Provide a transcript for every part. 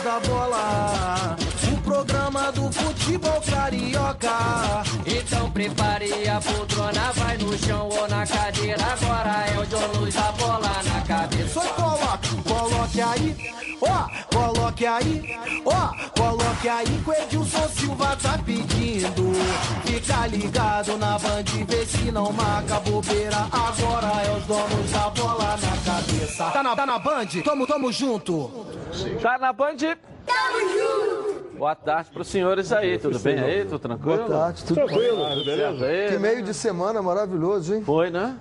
Da bola, o programa do futebol carioca. Então prepare a poltrona, vai no chão ou na cadeira. Agora é o dono da bola na cabeça. Só coloque aí, ó, coloque aí, ó, coloque aí que o Edilson Silva tá pedindo. Fica ligado na Band, vê se não marca bobeira. Agora é os donos da bola na cabeça. Tá na Band? Tamo junto. Tá na Band? Tamo junto! Boa tarde para os senhores aí, tudo bem aí? Tudo tranquilo? Boa tarde, tudo tranquilo, beleza? Que meio de semana maravilhoso, hein? Foi, né?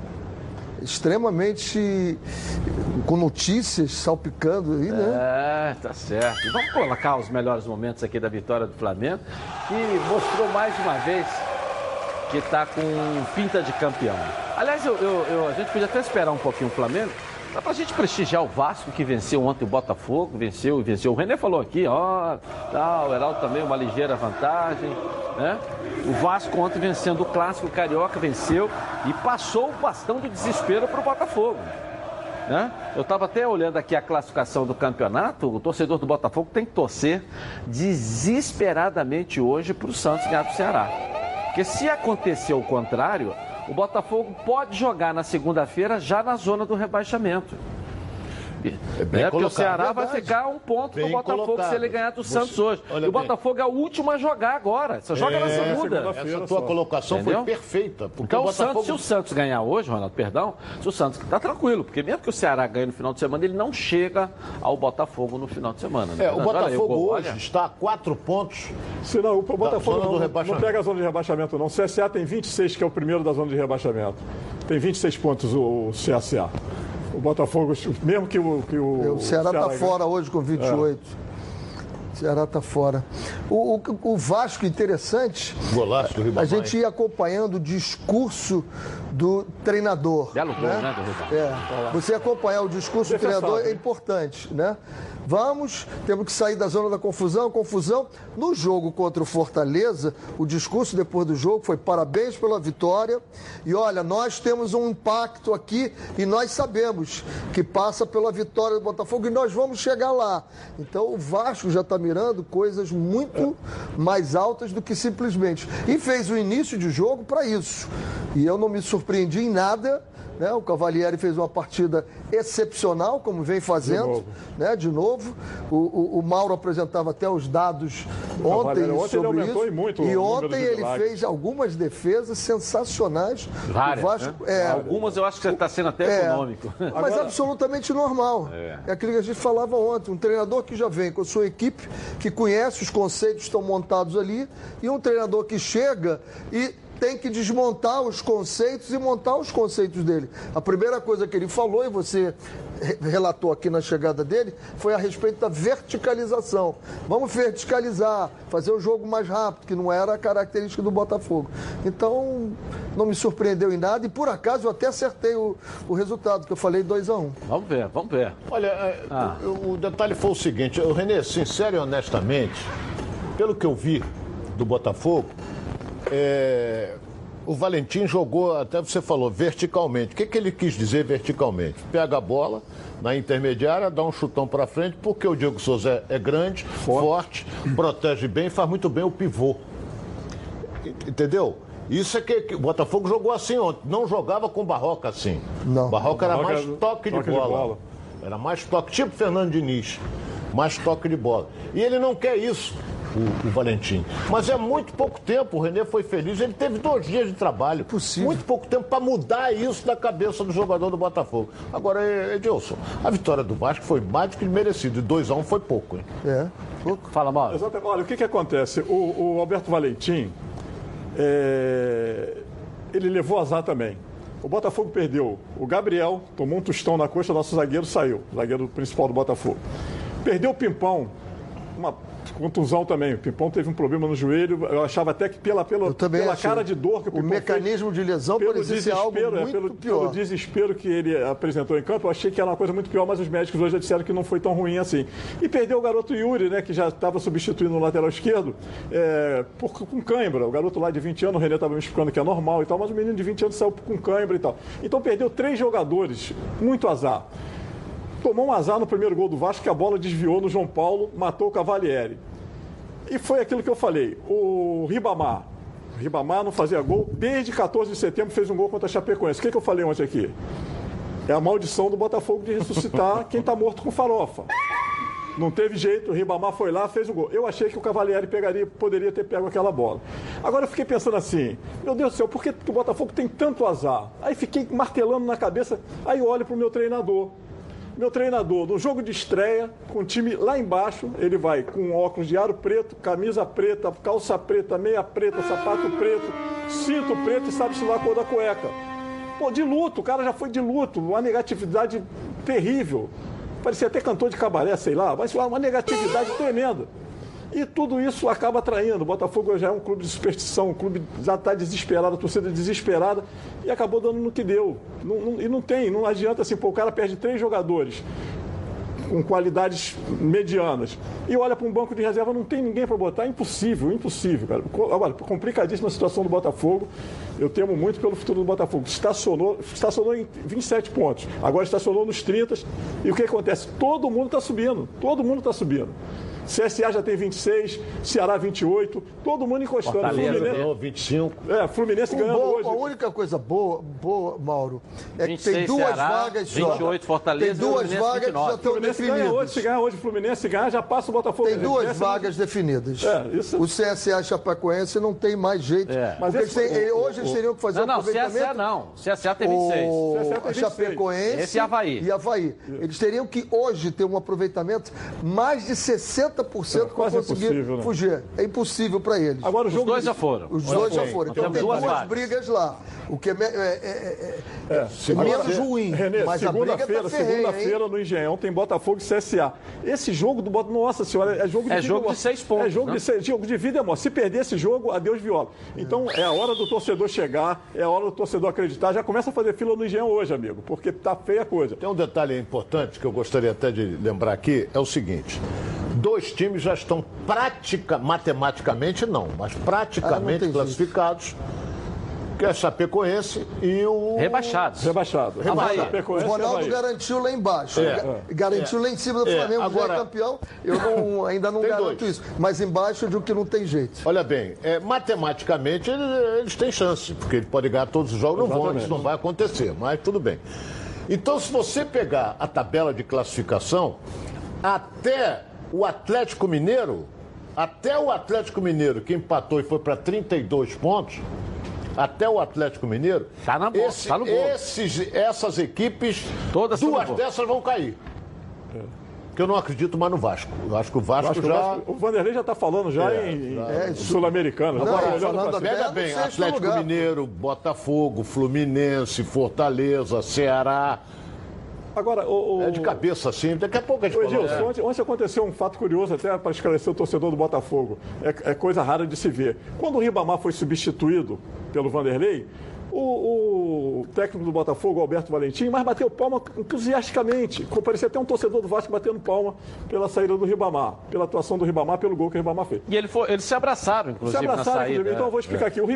Extremamente com notícias salpicando aí, né? É, tá certo. Vamos colocar os melhores momentos aqui da vitória do Flamengo, que mostrou mais uma vez que está com pinta de campeão. Aliás, a gente podia até esperar um pouquinho o Flamengo, só pra gente prestigiar o Vasco, que venceu ontem o Botafogo, venceu. O René falou aqui, ó, o Heraldo também, uma ligeira vantagem, né? O Vasco ontem vencendo o Clássico, o Carioca venceu e passou o bastão do desespero pro Botafogo, né? Eu estava até olhando aqui a classificação do campeonato, o torcedor do Botafogo tem que torcer desesperadamente hoje pro Santos ganhar do Ceará. Porque se acontecer o contrário, o Botafogo pode jogar na segunda-feira já na zona do rebaixamento. Porque o Ceará vai ficar um ponto do Botafogo se ele ganhar do Santos hoje. E o Botafogo é o último a jogar agora. Você joga na segunda. Essa tua colocação foi perfeita. Então se o Santos ganhar hoje, Ronaldo, se o Santos tá tranquilo, porque mesmo que o Ceará ganhe no final de semana, ele não chega ao Botafogo no final de semana. Né? O Botafogo hoje está a 4 pontos. Se não, o Botafogo não pega a zona de rebaixamento, não. O CSA tem 26, que é o primeiro da zona de rebaixamento. Tem 26 pontos o CSA. O Botafogo, mesmo que o Ceará está fora hoje com 28. O Ceará está fora. O Vasco, interessante. Golaço do Ribamar. A gente ia acompanhando o discurso do treinador. Belo gol, né, do Ribamar. Você acompanhar o discurso do treinador é importante, né? Temos que sair da zona da confusão. No jogo contra o Fortaleza, o discurso depois do jogo foi parabéns pela vitória. E olha, nós temos um impacto aqui e nós sabemos que passa pela vitória do Botafogo e nós vamos chegar lá. Então o Vasco já está mirando coisas muito mais altas do que simplesmente. E fez o início de jogo para isso. E eu não me surpreendi em nada. Né? O Cavalieri fez uma partida excepcional, como vem fazendo, de novo. O Mauro apresentava até os dados ontem sobre isso. Muito e ontem ele fez algumas defesas sensacionais. Várias, o Vasco, algumas eu acho que está sendo até econômico. Mas absolutamente normal. É aquilo que a gente falava ontem. Um treinador que já vem com a sua equipe, que conhece os conceitos que estão montados ali, e um treinador que chega e tem que desmontar os conceitos e montar os conceitos dele. A primeira coisa que ele falou, e você relatou aqui na chegada dele, foi a respeito da verticalização. Vamos verticalizar, fazer o jogo mais rápido, que não era a característica do Botafogo. Então, não me surpreendeu em nada e, por acaso, eu até acertei o resultado, que eu falei 2-1. Vamos ver. Olha, o detalhe foi o seguinte, Renê, sincero e honestamente, pelo que eu vi do Botafogo, o Valentim jogou, até você falou, verticalmente. O que ele quis dizer verticalmente? Pega a bola na intermediária, dá um chutão para frente, porque o Diego Souza é grande, forte, protege bem, faz muito bem o pivô. Entendeu? Isso é que o Botafogo jogou assim ontem. Não jogava com Barroca assim. Não. Barroca era mais toque de bola. Era mais toque, tipo Fernando Diniz. Mais toque de bola. E ele não quer isso. O Valentim. Mas é muito pouco tempo, o René foi feliz, ele teve 2 dias de trabalho. Possível. Muito pouco tempo para mudar isso da cabeça do jogador do Botafogo. Agora, Edilson, a vitória do Vasco foi mais do que merecido, e 2-1 foi pouco, hein? Pouco. Fala, Mauro. Exatamente. Olha, o que acontece? O Alberto Valentim, ele levou azar também. O Botafogo perdeu. O Gabriel tomou um tostão na coxa, nosso zagueiro saiu, zagueiro principal do Botafogo. Perdeu o Pimpão, uma contusão também. O Pimpão teve um problema no joelho. Eu achava até que pela cara de dor que o Pimpão mecanismo de lesão parecia ser algo muito pior. Pelo desespero que ele apresentou em campo, eu achei que era uma coisa muito pior, mas os médicos hoje já disseram que não foi tão ruim assim. E perdeu o garoto Yuri, né, que já estava substituindo no lateral esquerdo, com cãibra. O garoto lá de 20 anos, o René estava me explicando que é normal e tal, mas o menino de 20 anos saiu com cãibra e tal. Então perdeu 3 jogadores, muito azar. tomou um azar no primeiro gol do Vasco, que a bola desviou no João Paulo, matou o Cavalieri. E foi aquilo que eu falei, o Ribamar não fazia gol, desde 14 de setembro fez um gol contra a Chapecoense. O que eu falei ontem aqui? É a maldição do Botafogo de ressuscitar quem está morto com farofa. Não teve jeito, o Ribamar foi lá, fez o gol. Eu achei que o Cavalieri poderia ter pego aquela bola. Agora eu fiquei pensando assim, meu Deus do céu, por que o Botafogo tem tanto azar? Aí fiquei martelando na cabeça, aí eu olho para o meu treinador. Meu treinador, no jogo de estreia, com o time lá embaixo, ele vai com óculos de aro preto, camisa preta, calça preta, meia preta, sapato preto, cinto preto e sabe-se lá a cor da cueca. Pô, de luto, o cara já foi de luto, uma negatividade terrível. Parecia até cantor de cabaré, sei lá, mas uma negatividade tremenda. E tudo isso acaba atraindo. O Botafogo já é um clube de superstição, o clube já está desesperado, a torcida desesperada, e acabou dando no que deu. Não adianta assim, pô, o cara perde 3 jogadores com qualidades medianas e olha para um banco de reserva, não tem ninguém para botar, impossível, cara. Agora, complicadíssima a situação do Botafogo, eu temo muito pelo futuro do Botafogo. Estacionou em 27 pontos, agora estacionou nos 30, e o que acontece? Todo mundo está subindo. CSA já tem 26, Ceará 28, todo mundo encostando. Fluminense ganhou 25. Fluminense ganhando hoje. A única coisa boa, Mauro, é 26, que tem 2 Ceará, vagas só. 28, Fortaleza, tem 2 vagas que já estão definidas. Se ganhar hoje, o Fluminense ganhar, já passa o Botafogo. Tem 2 vagas definidas. Isso. O CSA e Chapecoense não tem mais jeito. Mas hoje eles teriam que fazer Não, CSA não. CSA tem 26. O Chapecoense Esse e Avaí. Eles teriam que hoje ter um aproveitamento mais de 60% para conseguir fugir. É impossível para eles. Agora, os dois já foram. Os dois já foram. Então tem 2 brigas lá. O que é menos ruim. René, mas a briga tá segunda-feira no Engenhão tem Botafogo e CSA. Esse jogo do Botafogo, nossa senhora, é jogo de 6 pontos. É jogo de vida e morte. Se perder esse jogo, adeus viola. Então é a hora do torcedor chegar, é a hora do torcedor acreditar. Já começa a fazer fila no Engenhão hoje, amigo, porque tá feia a coisa. Tem um detalhe importante que eu gostaria até de lembrar aqui, é o seguinte: 2 times já estão matematicamente não, mas praticamente classificados, que é Chapecoense e o... Rebaixado. O Ronaldo garantiu lá embaixo. Garantiu lá em cima do Flamengo, agora, já é campeão. Eu ainda não garanto isso. Mas embaixo de que não tem jeito. Olha bem, matematicamente eles têm chance, porque eles podem ganhar todos os jogos, isso não vai acontecer, mas tudo bem. Então, se você pegar a tabela de classificação, até o Atlético Mineiro, que empatou e foi para 32 pontos, até o Atlético Mineiro, tá no bolo. Essas equipes, todas 2 dessas vão cair. Que eu não acredito mais no Vasco. Eu acho que o Vasco já... O Vanderlei já está falando em Sul-Americano. Pega bem, Atlético Mineiro, Botafogo, Fluminense, Fortaleza, Ceará... Agora, é de cabeça assim, daqui a pouco a gente fala. Ontem aconteceu um fato curioso, até para esclarecer o torcedor do Botafogo. É coisa rara de se ver. Quando o Ribamar foi substituído pelo Vanderlei, o técnico do Botafogo, Alberto Valentim, mas bateu palma entusiasticamente. Parecia até um torcedor do Vasco batendo palma pela saída do Ribamar, pela atuação do Ribamar, pelo gol que o Ribamar fez. E eles se abraçaram, inclusive, na saída. Então eu vou explicar aqui.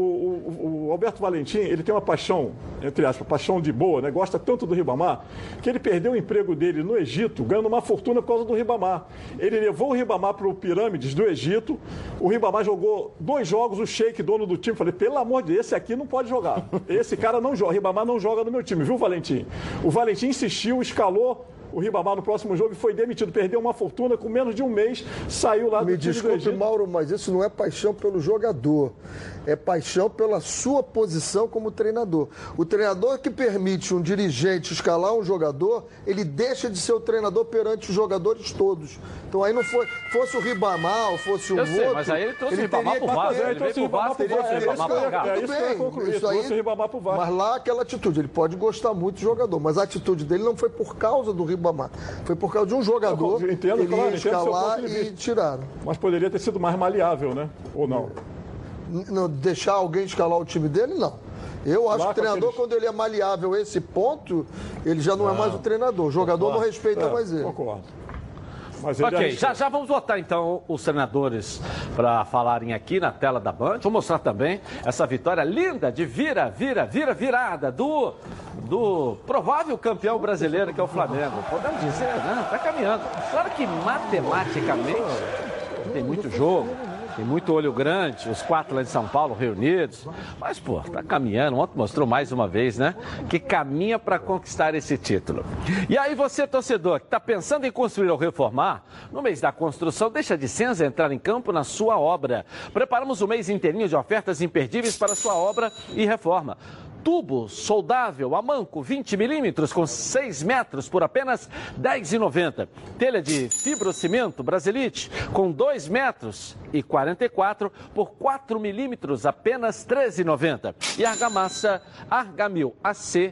O Alberto Valentim, ele tem uma paixão, entre aspas, paixão de boa, né? Gosta tanto do Ribamar, que ele perdeu o emprego dele no Egito, ganhando uma fortuna por causa do Ribamar. Ele levou o Ribamar para o Pirâmides do Egito, o Ribamar jogou 2 jogos, o Sheik, dono do time, falei, pelo amor de Deus, esse aqui não pode jogar. Esse cara não joga, o Ribamar não joga no meu time, viu, Valentim? O Valentim insistiu, escalou o Ribamar no próximo jogo e foi demitido. Perdeu uma fortuna, com menos de um mês, saiu lá do time do Egito. Me desculpe, Mauro, mas isso não é paixão pelo jogador. É paixão pela sua posição como treinador. O treinador que permite um dirigente escalar um jogador, ele deixa de ser o treinador perante os jogadores todos. Então aí não fosse o Ribamar ou fosse o outro... mas aí ele trouxe o Ribamar pro Vasco. Ele veio pro Vasco e trouxe o Ribamar pra cá. É isso que eu ia concluir, trouxe o Ribamar pro Vasco. Mas lá aquela atitude, ele pode gostar muito do jogador, mas a atitude dele não foi por causa do Ribamar. Foi por causa de um jogador que ele ia escalar e tiraram. Mas poderia ter sido mais maleável, né? Ou não? Não, deixar alguém escalar o time dele, não. Eu acho que o treinador, quando ele é maleável a esse ponto, ele já não é mais o treinador. O jogador não respeita mais ele. Concordo. Mas ok, já vamos botar então os treinadores para falarem aqui na tela da Band. Vou mostrar também essa vitória linda de virada do do provável campeão brasileiro, que é o Flamengo. Podemos dizer, não, está caminhando. Claro que matematicamente tem muito jogo, tem muito olho grande, os 4 lá de São Paulo reunidos. Mas, pô, tá caminhando. Ontem mostrou mais uma vez, né? Que caminha para conquistar esse título. E aí você, torcedor, que está pensando em construir ou reformar, no mês da construção, deixa a Dicenza entrar em campo na sua obra. Preparamos um mês inteirinho de ofertas imperdíveis para sua obra e reforma. Tubo soldável a manco 20 milímetros com 6 metros por apenas R$ 10,90. Telha de fibrocimento Brasilite com 2 metros e 44 por 4 milímetros, apenas R$ 13,90. E argamassa Argamil AC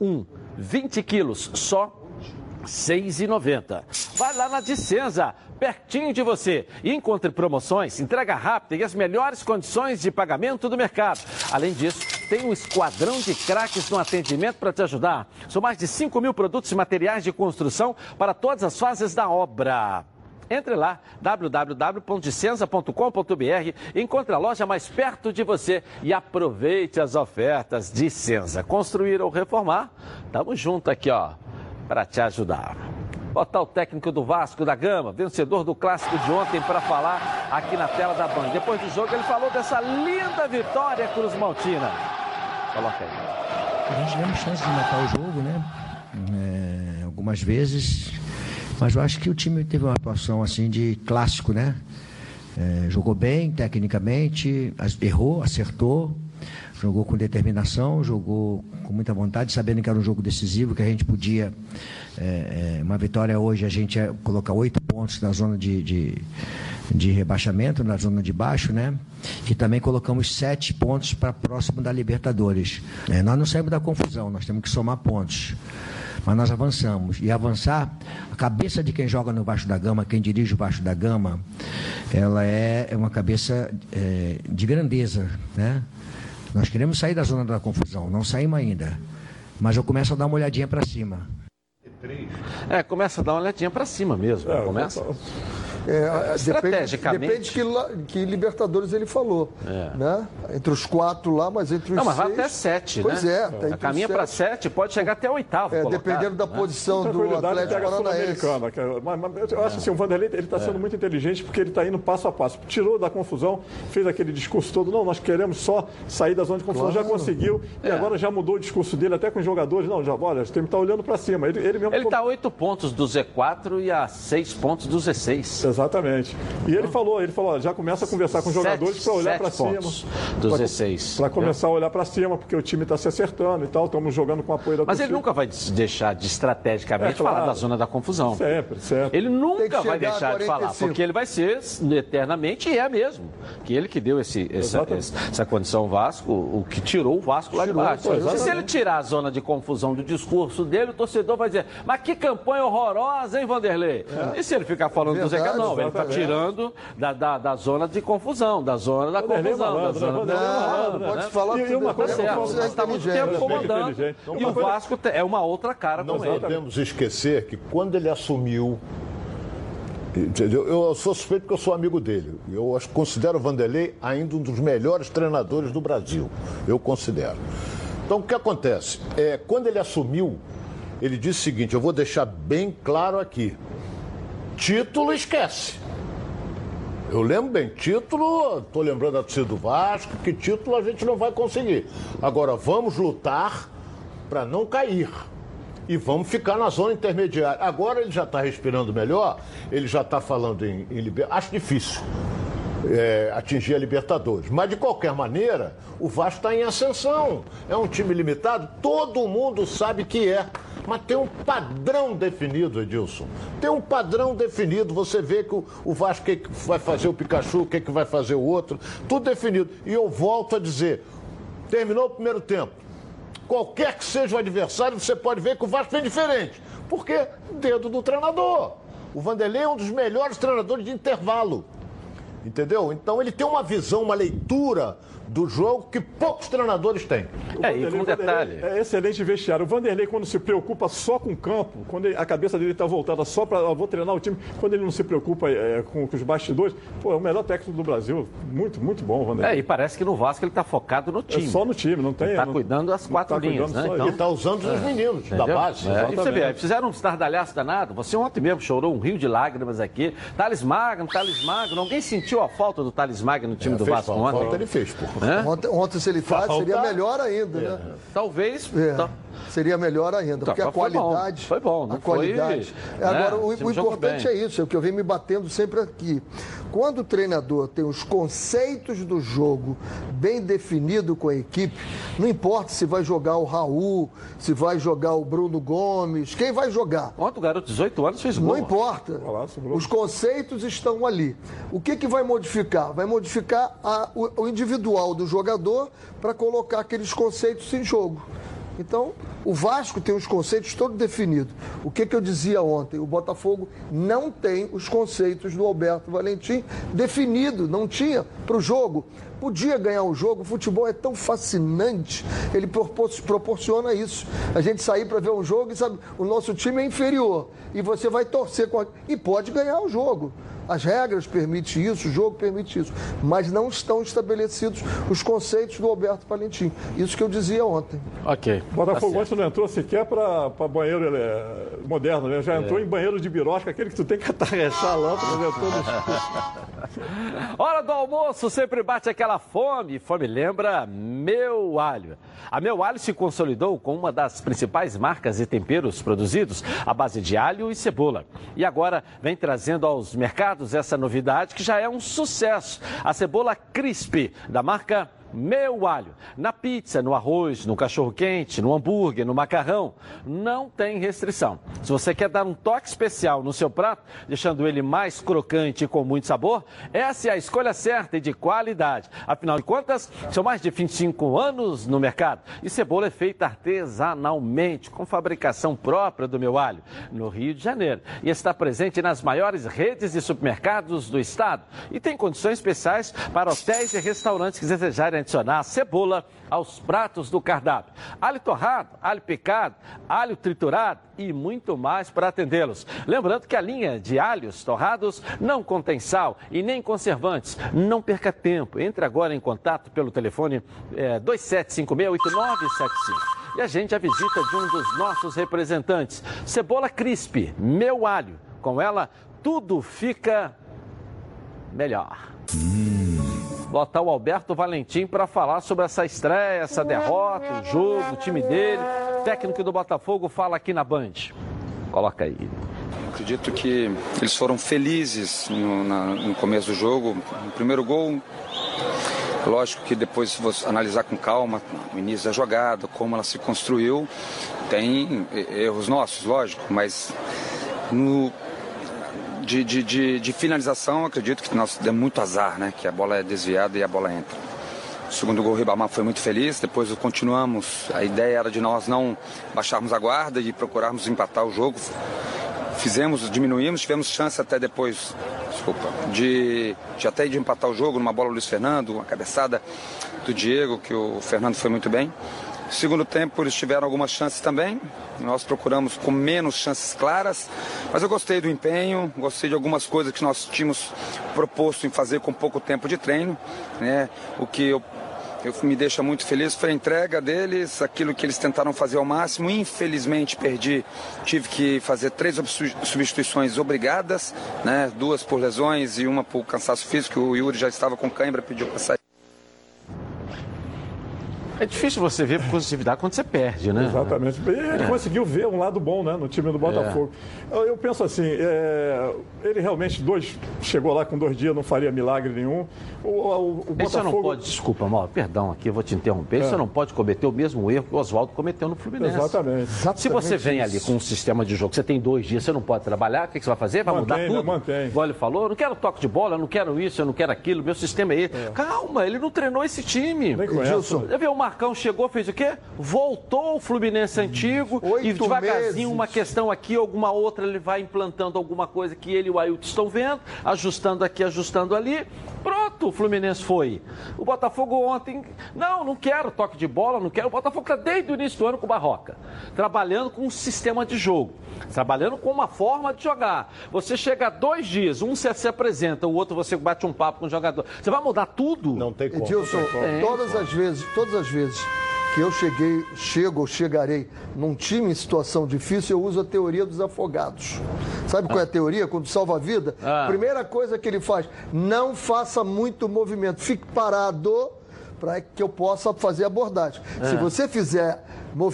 20 quilos, só R$ 6,90. Vai lá na Dicenza, pertinho de você, e encontre promoções, entrega rápida e as melhores condições de pagamento do mercado. Além disso, tem um esquadrão de craques no atendimento para te ajudar. São mais de 5 mil produtos e materiais de construção para todas as fases da obra. Entre lá, www.dicenza.com.br, encontre a loja mais perto de você e aproveite as ofertas. Dicenza, construir ou reformar, tamo junto aqui, ó, para te ajudar. Botar o técnico do Vasco da Gama, vencedor do clássico de ontem, para falar aqui na tela da Band. Depois do jogo, ele falou dessa linda vitória Cruz Maltina. Coloca aí. A gente deu chance de matar o jogo, né? Algumas vezes, mas eu acho que o time teve uma atuação assim de clássico, né? Jogou bem tecnicamente, errou, acertou. Jogou com determinação, jogou com muita vontade, sabendo que era um jogo decisivo, que a gente podia, uma vitória hoje, a gente ia colocar 8 pontos na zona de rebaixamento, na zona de baixo, né? E também colocamos 7 pontos para próximo da Libertadores. Nós não saímos da confusão, nós temos que somar pontos. Mas nós avançamos. E avançar, a cabeça de quem joga no Vasco da Gama, quem dirige o Vasco da Gama, ela é uma cabeça de grandeza, né? Nós queremos sair da zona da confusão, não saímos ainda, mas eu começo a dar uma olhadinha para cima. Começa a dar uma olhadinha para cima mesmo, começa. Estrategicamente. Depende que Libertadores ele falou, né? Entre os 4 lá, mas entre os 6... Não, mas vai até 7, pois né? Pois caminha para 7, pode chegar até 8º. Dependendo da posição do Atlético Paranaense. Mas eu acho assim, o Vanderlei ele está sendo muito inteligente porque ele está indo passo a passo. Tirou da confusão, fez aquele discurso todo, não, nós queremos só sair da zona de confusão, já conseguiu, e agora já mudou o discurso dele até com os jogadores, não, já, olha, você tem que estar olhando para cima. Ele está a 8 pontos do Z4 e a 6 pontos do Z6. Exatamente. E ele falou, ó, já começa a conversar com os jogadores para olhar para cima. Do Z6. Para começar a olhar para cima, porque o time está se acertando e tal, estamos jogando com o apoio da torcida. Mas ele nunca vai deixar de estrategicamente falar da zona da confusão. Sempre. Ele nunca vai deixar de falar, porque ele vai ser eternamente, e é mesmo, que ele que deu essa condição ao Vasco, o que tirou o Vasco lá de baixo. Se ele tirar a zona de confusão do discurso dele, o torcedor vai dizer, mas que campanha horrorosa, hein, Vanderlei? E se ele ficar falando do Zeca? Não, ele está tirando da zona de confusão, da zona da confusão. Pode falar tudo. Uma coisa está muito tempo comandando, e o Vasco é uma outra cara com ele. Não podemos esquecer que quando ele assumiu, eu sou suspeito porque eu sou amigo dele. Eu considero o Vanderlei ainda um dos melhores treinadores do Brasil. Eu considero. Então, o que acontece? Quando ele assumiu, ele disse o seguinte, eu vou deixar bem claro aqui. Título, esquece. Eu lembro bem, título, estou lembrando da torcida do Vasco, que título a gente não vai conseguir. Agora, vamos lutar para não cair. E vamos ficar na zona intermediária. Agora ele já está respirando melhor, ele já está falando em Libertadores. Acho difícil atingir a Libertadores. Mas, de qualquer maneira, o Vasco está em ascensão. É um time limitado, todo mundo sabe que é. Mas tem um padrão definido, Edilson. Tem um padrão definido. Você vê que o Vasco, o que vai fazer o Pikachu, o que vai fazer o outro. Tudo definido. E eu volto a dizer, terminou o primeiro tempo. Qualquer que seja o adversário, você pode ver que o Vasco é diferente. Porque dedo do treinador. O Vanderlei é um dos melhores treinadores de intervalo. Entendeu? Então ele tem uma visão, uma leitura do jogo que poucos treinadores têm. E com um detalhe. É excelente vestiário. O Vanderlei, quando se preocupa só com o campo, quando a cabeça dele está voltada só para vou treinar o time, quando ele não se preocupa com os bastidores, é o melhor técnico do Brasil. Muito, muito bom o Vanderlei. E parece que no Vasco ele está focado no time. Só no time, não tem. Está cuidando das 4 linhas, né? Então, ele está usando os meninos da base. E você vê, fizeram um estardalhaço danado. Você ontem mesmo chorou um rio de lágrimas aqui. Thales Magno. Alguém sentiu a falta do Thales Magno no time do Vasco ontem? Falta ele fez, pô. Ontem, se ele está, seria melhor ainda, né? Talvez. Seria melhor ainda, porque a qualidade... Foi bom, não a qualidade. Foi, agora, o importante é isso, é o que eu venho me batendo sempre aqui. Quando o treinador tem os conceitos do jogo bem definido com a equipe, não importa se vai jogar o Raul, se vai jogar o Bruno Gomes, quem vai jogar? Ontem o garoto de 18 anos fez gol. Não importa. Os conceitos estão ali. O que vai modificar? Vai modificar o individual do jogador para colocar aqueles conceitos em jogo. Então, o Vasco tem os conceitos todos definidos. O que eu dizia ontem? O Botafogo não tem os conceitos do Alberto Valentim definido, não tinha para o jogo. Podia ganhar o jogo, o futebol é tão fascinante, ele proporciona isso. A gente sair para ver um jogo e sabe, o nosso time é inferior e você vai torcer e pode ganhar o jogo. As regras permitem isso, o jogo permite isso, mas não estão estabelecidos os conceitos do Alberto Valentim. Isso que eu dizia ontem. Ok. O Botafogo ontem não entrou sequer para banheiro moderno, né? Já entrou em banheiro de birosca, aquele que tu tem que atarrechar a lâmpada. Hora do almoço, sempre bate aquela fome. Fome lembra Meu Alho. A Meu Alho se consolidou com uma das principais marcas e temperos produzidos à base de alho e cebola. E agora vem trazendo aos mercados essa novidade que já é um sucesso. A cebola crisp da marca Meu Alho. Na pizza, no arroz, no cachorro-quente, no hambúrguer, no macarrão, não tem restrição. Se você quer dar um toque especial no seu prato, deixando ele mais crocante e com muito sabor, essa é a escolha certa e de qualidade. Afinal de contas, são mais de 25 anos no mercado e cebola é feita artesanalmente, com fabricação própria do Meu Alho, no Rio de Janeiro. E está presente nas maiores redes de supermercados do estado e tem condições especiais para hotéis e restaurantes que desejarem adicionar a cebola aos pratos do cardápio. Alho torrado, alho picado, alho triturado e muito mais para atendê-los. Lembrando que a linha de alhos torrados não contém sal e nem conservantes. Não perca tempo. Entre agora em contato pelo telefone 2756-8975. E a gente a visita de um dos nossos representantes. Cebola crisp, Meu Alho. Com ela, tudo fica melhor. Botar o Alberto Valentim para falar sobre essa estreia, essa derrota, o jogo, o time dele. O técnico do Botafogo fala aqui na Band. Coloca aí. Acredito que eles foram felizes no começo do jogo. No primeiro gol, lógico que depois, se você analisar com calma o início da jogada, como ela se construiu, tem erros nossos, lógico, mas de finalização, acredito que nós demos muito azar, né? Que a bola é desviada e a bola entra. O segundo gol, o Ribamar foi muito feliz, depois continuamos. A ideia era de nós não baixarmos a guarda e procurarmos empatar o jogo. Diminuímos, tivemos chance até depois, de empatar o jogo numa bola do Luiz Fernando, uma cabeçada do Diego, que o Fernando foi muito bem. No segundo tempo eles tiveram algumas chances também, nós procuramos com menos chances claras, mas eu gostei do empenho, gostei de algumas coisas que nós tínhamos proposto em fazer com pouco tempo de treino, né? O que me deixa muito feliz foi a entrega deles, aquilo que eles tentaram fazer ao máximo. Infelizmente tive que fazer 3 substituições obrigadas, né? 2 por lesões e uma por cansaço físico. O Yuri já estava com cãibra, pediu para sair. É difícil você ver positividade quando você perde, né? Exatamente. Ele conseguiu ver um lado bom, né, no time do Botafogo. Eu penso assim, ele realmente chegou lá com 2 dias, não faria milagre nenhum. O Botafogo... Você não pode, desculpa, Mauro, perdão aqui, eu vou te interromper. Você não pode cometer o mesmo erro que o Oswaldo cometeu no Fluminense. Exatamente. Se você vem ali com um sistema de jogo, você tem 2 dias, você não pode trabalhar, o que você vai fazer? Vai mudar tudo? Mantém. Igual ele falou, não quero toque de bola, eu não quero isso, eu não quero aquilo, meu sistema é esse. Calma, ele não treinou esse time. Nem conhece. Você vê o Marcão chegou, fez o quê? Voltou o Fluminense antigo e devagarzinho, uma questão aqui, alguma outra, ele vai implantando alguma coisa que ele e o Ailton estão vendo, ajustando aqui, ajustando ali. Pronto, o Fluminense foi. O Botafogo ontem, não quero toque de bola, não quero. O Botafogo está desde o início do ano com o Barroca, trabalhando com um sistema de jogo, trabalhando com uma forma de jogar. Você chega 2 dias, um você se apresenta, o outro você bate um papo com o jogador. Você vai mudar tudo? Não tem como. Edilson, todas as vezes que eu chegarei num time em situação difícil, eu uso a teoria dos afogados. Sabe qual é a teoria? Quando salva a vida, primeira coisa que ele faz, não faça muito movimento, fique parado para que eu possa fazer a abordagem. Se você fizer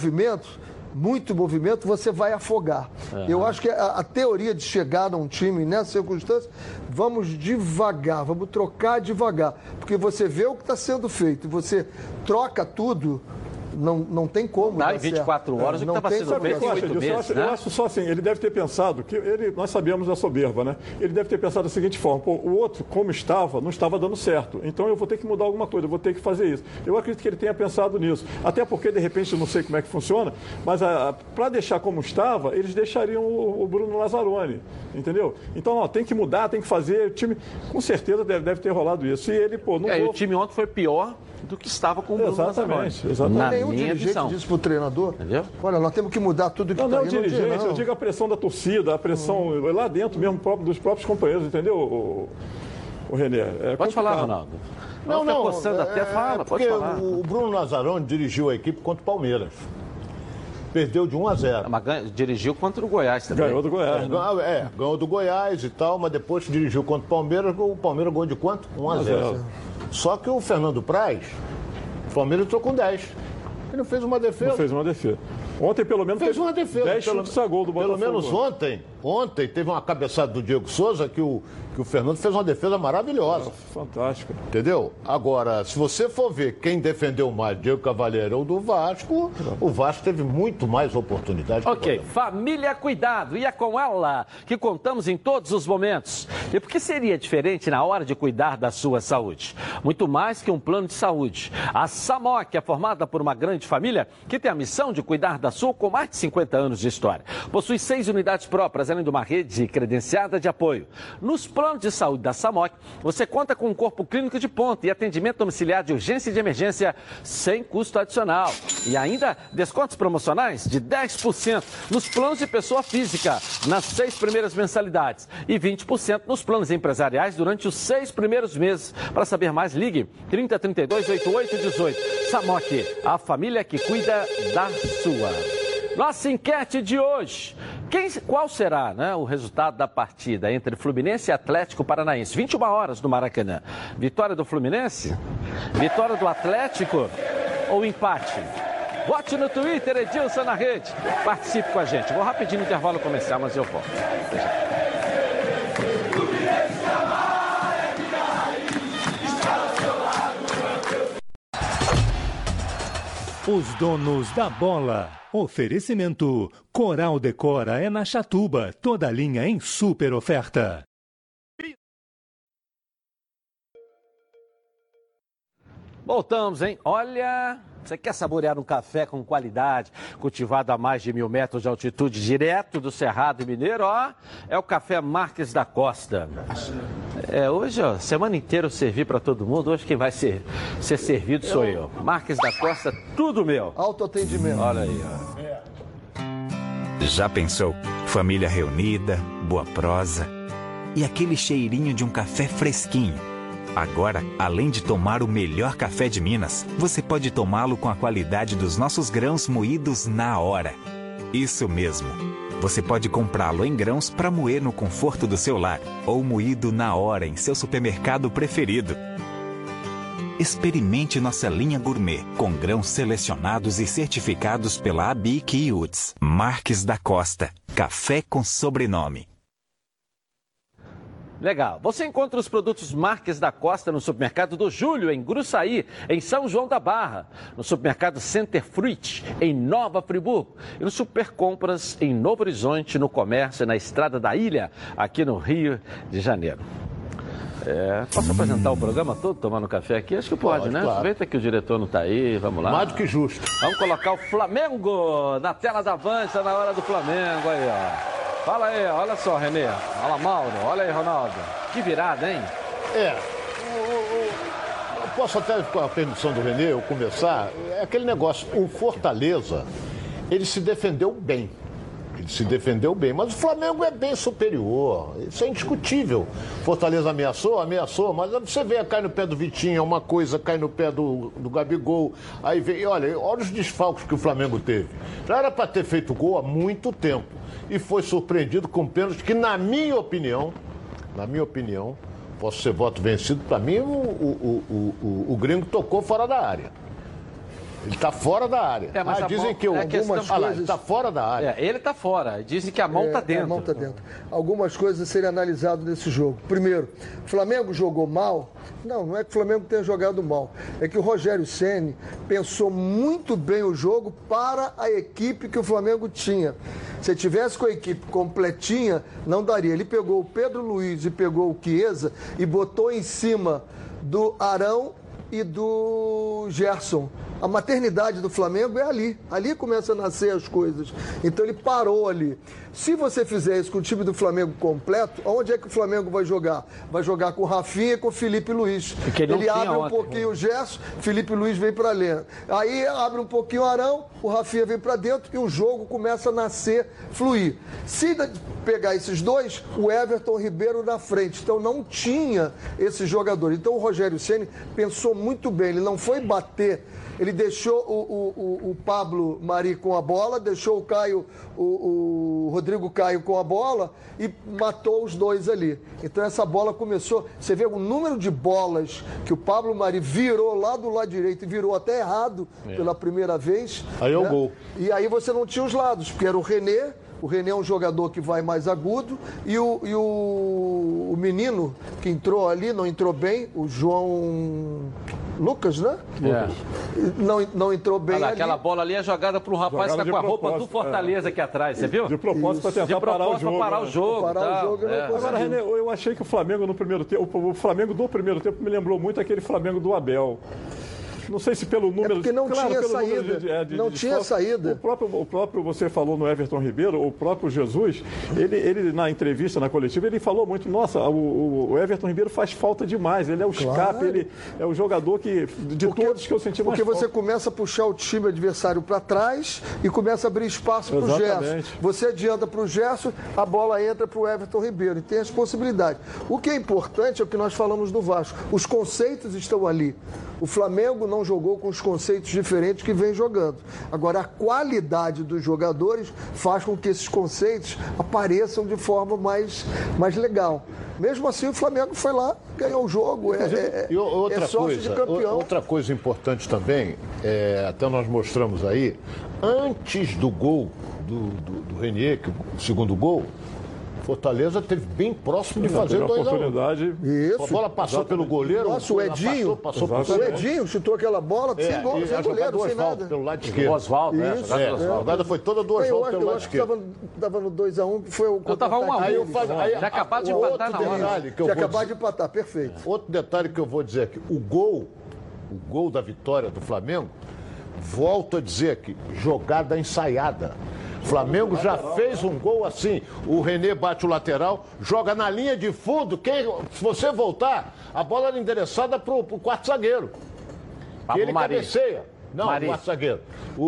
muito movimento, você vai afogar. Eu acho que a teoria de chegar num time nessa circunstância, vamos devagar, vamos trocar devagar, porque você vê o que está sendo feito e você troca tudo. Não tem como. Em 24 horas o que estava sendo feito em 8 meses. Eu acho só assim, ele deve ter pensado, nós sabemos da soberba, né? Ele deve ter pensado da seguinte forma, o outro, como estava, não estava dando certo. Então eu vou ter que mudar alguma coisa, eu vou ter que fazer isso. Eu acredito que ele tenha pensado nisso. Até porque, de repente, eu não sei como é que funciona, mas para deixar como estava, eles deixariam o Bruno Lazzaroni, entendeu? Então, tem que mudar, tem que fazer. O time, com certeza, deve ter rolado isso. E ele, o time ontem foi pior do que estava com o Bruno Lazzaroni. Nenhum dirigente disse para o treinador, entendeu? Olha, nós temos que mudar tudo que está aí. Não, dirigente, eu digo a pressão da torcida, a pressão lá dentro mesmo dos próprios companheiros, entendeu, o René? Pode falar, Ronaldo. Não, coçando até, fala, pode falar. O Bruno Lazzaroni dirigiu a equipe contra o Palmeiras. Perdeu de 1-0. Mas dirigiu contra o Goiás também. Ganhou do Goiás. Ganhou do Goiás e tal, mas depois dirigiu contra o Palmeiras ganhou de quanto? 1-0. Só que o Fernando Praz, o Palmeiras entrou com 10. Ele não fez uma defesa. Não fez uma defesa. Ontem, pelo menos, fez uma defesa. 10 chutes a gol do Botafogo. Pelo menos ontem teve uma cabeçada do Diego Souza que o Fernando fez uma defesa maravilhosa. Fantástico. Entendeu? Agora, se você for ver quem defendeu mais, Diego Cavaleiro ou do Vasco, o Vasco teve muito mais oportunidade. Ok, família cuidado, e é com ela que contamos em todos os momentos. E por que seria diferente na hora de cuidar da sua saúde? Muito mais que um plano de saúde. A Samok é formada por uma grande família que tem a missão de cuidar da sua com mais de 50 anos de história. Possui 6 unidades próprias, além de uma rede credenciada de apoio. Nos planos de saúde da Samok, você conta com um corpo clínico de ponta e atendimento domiciliar de urgência e de emergência sem custo adicional. E ainda descontos promocionais de 10% nos planos de pessoa física nas 6 primeiras mensalidades e 20% nos planos empresariais durante os 6 primeiros meses. Para saber mais, ligue 3032 8818. Samok, a família que cuida da sua. Nossa enquete de hoje. Qual será, o resultado da partida entre Fluminense e Atlético Paranaense? 21 horas no Maracanã. Vitória do Fluminense? Vitória do Atlético? Ou empate? Vote no Twitter, Edilson na rede. Participe com a gente. Vou rapidinho no intervalo comercial, mas eu volto. Os donos da bola. Oferecimento. Coral Decora é na Chatuba. Toda linha em super oferta. Voltamos, hein? Olha, você quer saborear um café com qualidade, cultivado a mais de 1.000 metros de altitude, direto do Cerrado Mineiro, é o Café Marques da Costa. Hoje, semana inteira eu servi para todo mundo, hoje quem vai ser servido sou eu. Marques da Costa, tudo meu. Autoatendimento. Olha aí, Já pensou? Família reunida, boa prosa e aquele cheirinho de um café fresquinho. Agora, além de tomar o melhor café de Minas, você pode tomá-lo com a qualidade dos nossos grãos moídos na hora. Isso mesmo. Você pode comprá-lo em grãos para moer no conforto do seu lar ou moído na hora em seu supermercado preferido. Experimente nossa linha gourmet com grãos selecionados e certificados pela ABIC e UTS. Marques da Costa. Café com sobrenome. Legal. Você encontra os produtos Marques da Costa no supermercado do Júlio, em Gruçaí, em São João da Barra, no supermercado Center Fruit, em Nova Friburgo, e no Super Compras, em Novo Horizonte, no comércio, na Estrada da Ilha, aqui no Rio de Janeiro. Posso apresentar o programa todo tomando café aqui? Acho que pode, né? Claro. Aproveita que o diretor não está aí, vamos lá. Mais do que justo. Vamos colocar o Flamengo na tela da Band, está na hora do Flamengo aí, ó. Fala aí, ó. Olha só, Renê. Olha Mauro, olha aí, Ronaldo. Que virada, hein? Eu posso até, com a permissão do Renê, eu começar. É aquele negócio, o Fortaleza, ele se defendeu bem. Mas o Flamengo é bem superior. Isso é indiscutível. Fortaleza ameaçou, mas você vê, cai no pé do Vitinho, é uma coisa, cai no pé do Gabigol. Aí vem, olha os desfalques que o Flamengo teve. Já era para ter feito gol há muito tempo. E foi surpreendido com pênalti que, na minha opinião, posso ser voto vencido, para mim o Gringo tocou fora da área. Ele está fora da área. Mas dizem que algumas coisas... ele está fora da área. Ele está fora. Dizem que a mão está dentro. A mão está dentro. Algumas coisas a serem analisadas nesse jogo. Primeiro, o Flamengo jogou mal? Não é que o Flamengo tenha jogado mal. É que o Rogério Ceni pensou muito bem o jogo para a equipe que o Flamengo tinha. Se ele tivesse com a equipe completinha, não daria. Ele pegou o Pedro Luiz e pegou o Chiesa e botou em cima do Arão e do Gerson. A maternidade do Flamengo é ali. Ali começa a nascer as coisas. Então ele parou ali. Se você fizer isso com o time do Flamengo completo, onde é que o Flamengo vai jogar? Vai jogar com o Rafinha e com o Felipe Luiz. Ele abre um pouquinho o Gerson, Felipe Luiz vem para dentro. Aí abre um pouquinho o Arão, o Rafinha vem para dentro e o jogo começa a nascer, fluir. Se pegar esses dois, o Everton Ribeiro na frente. Então não tinha esse jogador. Então o Rogério Ceni pensou muito bem. Ele não foi bater. Ele deixou o Pablo Mari com a bola, deixou o Rodrigo Caio com a bola e matou os dois ali. Então essa bola começou... Você vê o número de bolas que o Pablo Mari virou lá do lado direito e virou até errado pela primeira vez. Aí é o gol. E aí você não tinha os lados, porque era o René. O René é um jogador que vai mais agudo e o menino que entrou ali, não entrou bem, o João Lucas, né? Não entrou bem ali. Aquela bola ali é jogada para o rapaz que está com a roupa do Fortaleza aqui atrás, você viu? De propósito para tentar parar o jogo. Parar o jogo. Agora, René, eu achei que o Flamengo no primeiro tempo, o Flamengo do primeiro tempo me lembrou muito aquele Flamengo do Abel. Não sei se pelo número... porque não tinha saída. Não tinha saída. O próprio, você falou no Everton Ribeiro, o próprio Jesus, ele na entrevista, na coletiva, ele falou muito, nossa, o Everton Ribeiro faz falta demais, ele é o escape, ele é o jogador que, todos que eu senti mais Porque você começa a puxar o time adversário para trás e começa a abrir espaço para o Gerson. Você adianta para o Gerson, a bola entra para o Everton Ribeiro e tem as possibilidades. O que é importante é o que nós falamos do Vasco. Os conceitos estão ali. O Flamengo não jogou com os conceitos diferentes que vem jogando. Agora, a qualidade dos jogadores faz com que esses conceitos apareçam de forma mais legal. Mesmo assim, o Flamengo foi lá, ganhou o jogo, é sorte de campeão. Outra coisa importante também, até nós mostramos aí, antes do gol do Renier, o segundo gol, Fortaleza esteve bem próximo de fazer 2-1. Isso. A bola passou pelo goleiro. Nossa, o Edinho. O Edinho chutou aquela bola sem gol, sem goleiro, sem nada. Pelo lado esquerdo. Oswaldo, a jogada foi toda do Oswaldo pelo lado esquerdo. Eu acho que estava no 2-1, que foi o contra-ataque. Eu estava 1-1. Já acabado de empatar na hora. Já acabado de empatar, perfeito. Outro detalhe que eu vou dizer aqui. O gol da vitória do Flamengo, volto a dizer aqui, jogada ensaiada. O Flamengo já fez um gol assim. O René bate o lateral, joga na linha de fundo. Se você voltar, a bola era endereçada para o quarto zagueiro. Que ele cabeceia. Não, o quarto zagueiro.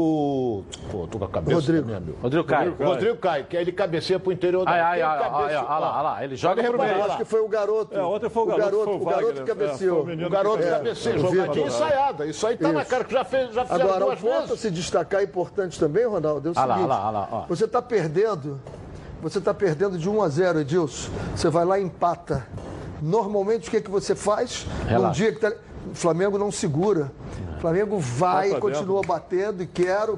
Tô com a cabeça. Rodrigo Caio, que aí ele cabeceia pro interior da área. Olha lá, ele joga pro meio. Acho que foi o garoto. Ontem foi o garoto que cabeceou. O garoto cabeceia, jogadinha ensaiada. Isso aí tá na cara, que já fizeram duas vezes. Agora, o ponto a se destacar é importante também, Ronaldo, é o seguinte. Você tá perdendo de 1-0, Edilson. Você vai lá e empata. Normalmente, o que você faz? Num dia que o Flamengo não segura. O Flamengo vai, continua batendo e quero.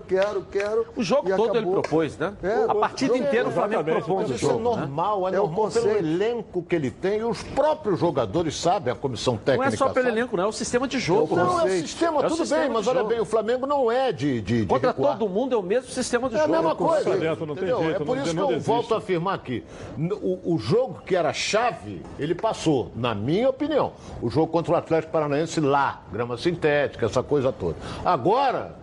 O jogo todo acabou. ele propôs, né? A partida inteira o Flamengo propôs o Isso jogo. é normal, né? é normal pelo elenco que ele tem e os próprios jogadores sabem, a comissão técnica. Não é só pelo sabe. elenco, não, é o sistema de jogo. Não, é o sistema, tudo bem, mas olha bem, o Flamengo não é de contra recuar. todo mundo é o mesmo sistema de É a jogo. mesma coisa. Não tem jeito, É por isso que eu volto a afirmar aqui. O jogo que era chave, ele passou, na minha opinião. O jogo contra o Atlético Paranaense lá, grama sintética, essa coisa toda. Agora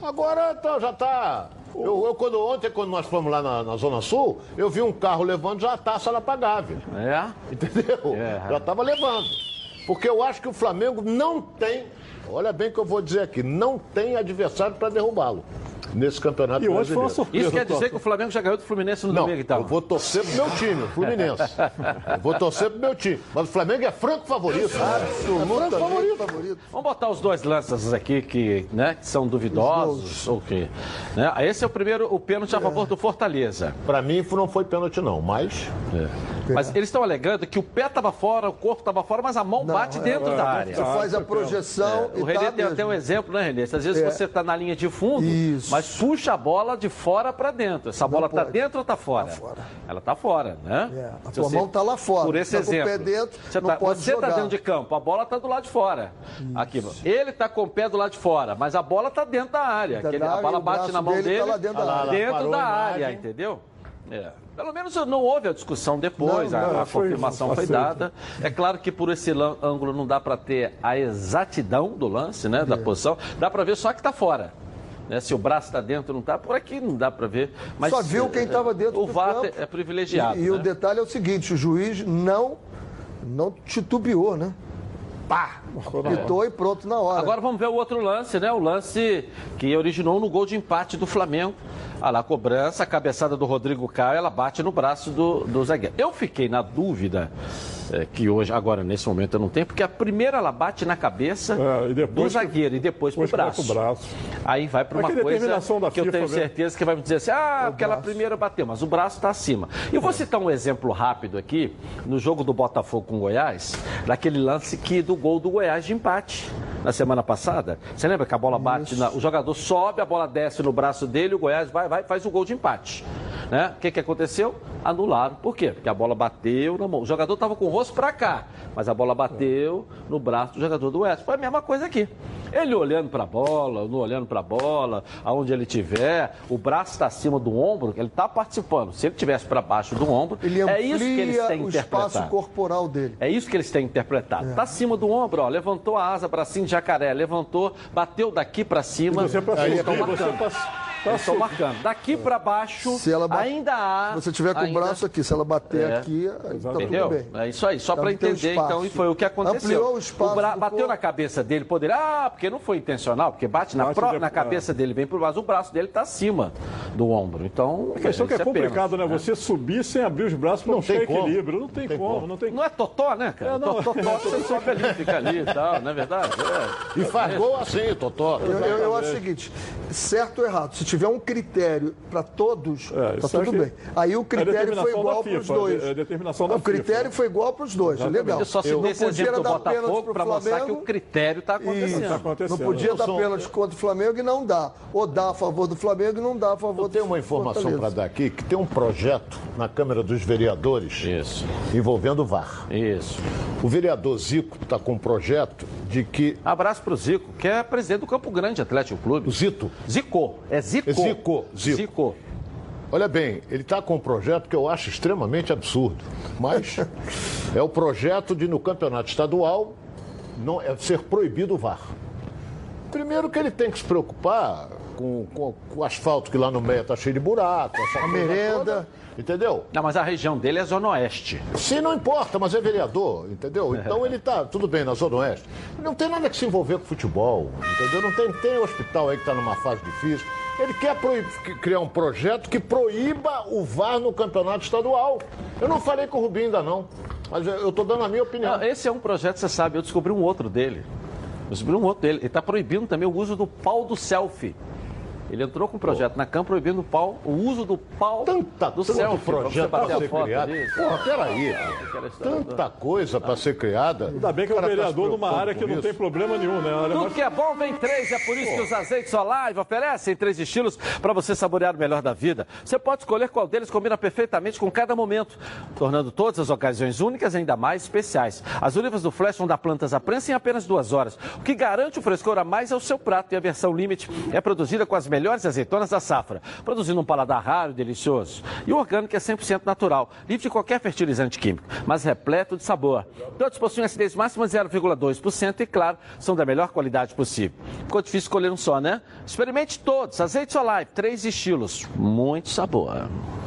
já está... Ontem, quando nós fomos lá na Zona Sul, eu vi um carro levando já a taça lá pra Gávea. É? Entendeu? Já estava levando. Porque eu acho que o Flamengo não tem, olha bem o que eu vou dizer aqui, não tem adversário para derrubá-lo nesse campeonato E hoje foi uma brasileiro. surpresa. Isso quer dizer que o Flamengo já ganhou do Fluminense no domingo, então? Eu vou torcer pro meu time, o Fluminense. Eu vou torcer pro meu time. Mas o Flamengo é franco favorito. Absolutamente favorito. Vamos botar os dois lances aqui que são duvidosos. Ou que, né? Esse é o pênalti a favor do Fortaleza. Pra mim não foi pênalti não, mas... Mas eles estão alegando que o pé estava fora, o corpo estava fora, mas a mão bate dentro da área. Você faz a projeção O Renê tem até um exemplo, né, Renê? Às vezes você está na linha de fundo, mas puxa a bola de fora para dentro. Essa bola está dentro ou está fora? Tá fora. Ela está fora, né? A tua mão está lá fora. Por esse tá exemplo. Com o pé dentro, você está dentro de campo, a bola está do lado de fora. Aqui, ele está com o pé do lado de fora, mas a bola está dentro da área. A bola bate na mão dele, tá lá dentro da área. Dentro da área, entendeu? Pelo menos não houve a discussão depois, a confirmação foi dada. É claro que por esse ângulo não dá para ter a exatidão do lance, né, da posição. Dá para ver só que está fora. Se o braço está dentro, não está, por aqui não dá para ver. Mas só viu quem estava dentro do VAR campo. É privilegiado. E o detalhe é o seguinte, o juiz não titubeou, né? Pá! Pitou e pronto na hora. Agora vamos ver o outro lance, né? O lance que originou no gol de empate do Flamengo. Olha lá, a cobrança, a cabeçada do Rodrigo Caio, ela bate no braço do zagueiro. Eu fiquei na dúvida, que hoje, agora nesse momento eu não tenho, porque a primeira ela bate na cabeça do zagueiro e depois pro braço. Aí vai para uma coisa que eu tenho certeza que vai me dizer assim, aquela primeira bateu, mas o braço está acima. E eu vou citar um exemplo rápido aqui, no jogo do Botafogo com o Goiás, daquele lance do gol do Goiás de empate. Na semana passada, você lembra que a bola bate, o jogador sobe, a bola desce no braço dele, o Goiás vai faz o gol de empate. Né? O que aconteceu? Anularam. Por quê? Porque a bola bateu na mão. O jogador estava com o rosto para cá, mas a bola bateu no braço do jogador do Oeste. Foi a mesma coisa aqui. Ele olhando para a bola, não olhando para a bola, aonde ele estiver, o braço está acima do ombro, ele está participando. Se ele estivesse para baixo do ombro, é isso que eles têm interpretado. O espaço corporal dele. É isso que eles têm interpretado. Está acima do ombro, levantou a asa para cima de jacaré, levantou, bateu daqui para cima. Aí estão marcando. Estão marcando. Daqui para baixo, ainda há... Se você tiver com o braço aqui, se ela bater aqui, está tudo bem. É isso aí, só para entender, então, e foi o que aconteceu. Ampliou o espaço. Bateu na cabeça dele, poderia... porque não foi intencional, porque bate na cabeça dele, vem por baixo, o braço dele está acima do ombro. Então, a questão que é complicado, né? Você subir sem abrir os braços para buscar equilíbrio. Não tem como. Não é totó, né, cara? Totó, você sobe ali, fica ali e tal, não é verdade? E faz gol assim, totó. Eu acho o seguinte, certo ou errado, se tiver um critério para todos, tá tudo bem. Aí o critério foi igual para os dois. O critério foi igual para os dois, legal. Eu só citei esse exemplo do Botafogo para mostrar que o critério está acontecendo. Não podia dar pênalti contra o Flamengo e não dá. Ou dá a favor do Flamengo e não dá a favor do Fortaleza. Eu tenho uma informação para dar aqui, que tem um projeto na Câmara dos Vereadores envolvendo o VAR. Isso. O vereador Zico está com um projeto de que... Abraço para o Zico, que é presidente do Campo Grande Atlético Clube. O Zito. Zico. É Zico. Zico. Olha bem, ele está com um projeto que eu acho extremamente absurdo, mas é o projeto de, no campeonato estadual, ser proibido o VAR. Primeiro que ele tem que se preocupar com o asfalto, que lá no meio está cheio de buraco, a merenda... Toda, entendeu? Não, mas a região dele é Zona Oeste. Sim, não importa, mas é vereador, entendeu? Então ele está tudo bem na Zona Oeste. Não tem nada que se envolver com futebol, entendeu? Não tem hospital aí que está numa fase difícil. Ele quer criar um projeto que proíba o VAR no campeonato estadual. Eu não falei com o Rubinho ainda não, mas eu estou dando a minha opinião. Não, esse é um projeto, você sabe, eu descobri um outro dele. Ele está proibindo também o uso do pau do selfie. Ele entrou com um projeto na Câmara proibindo o uso do pau do selfie. Projeto para ser criado. Porra, peraí. Tanta coisa para ser criada. Ainda bem que é um vereador numa área que não tem problema nenhum, né? Tudo que é bom vem 3, é por isso que os azeites Olive oferecem 3 estilos para você saborear o melhor da vida. Você pode escolher qual deles combina perfeitamente com cada momento, tornando todas as ocasiões únicas e ainda mais especiais. As olivas do Flash vão dar plantas à prensa em apenas 2 horas. O que garante o frescor a mais é o seu prato, e a versão Limite é produzida com as melhores azeitonas da safra, produzindo um paladar raro e delicioso. E o orgânico é 100% natural, livre de qualquer fertilizante químico, mas repleto de sabor. Todos possuem acidez máxima de 0,2% e, claro, são da melhor qualidade possível. Ficou difícil escolher um só, né? Experimente todos. Azeites Olive, 3 estilos, muito sabor.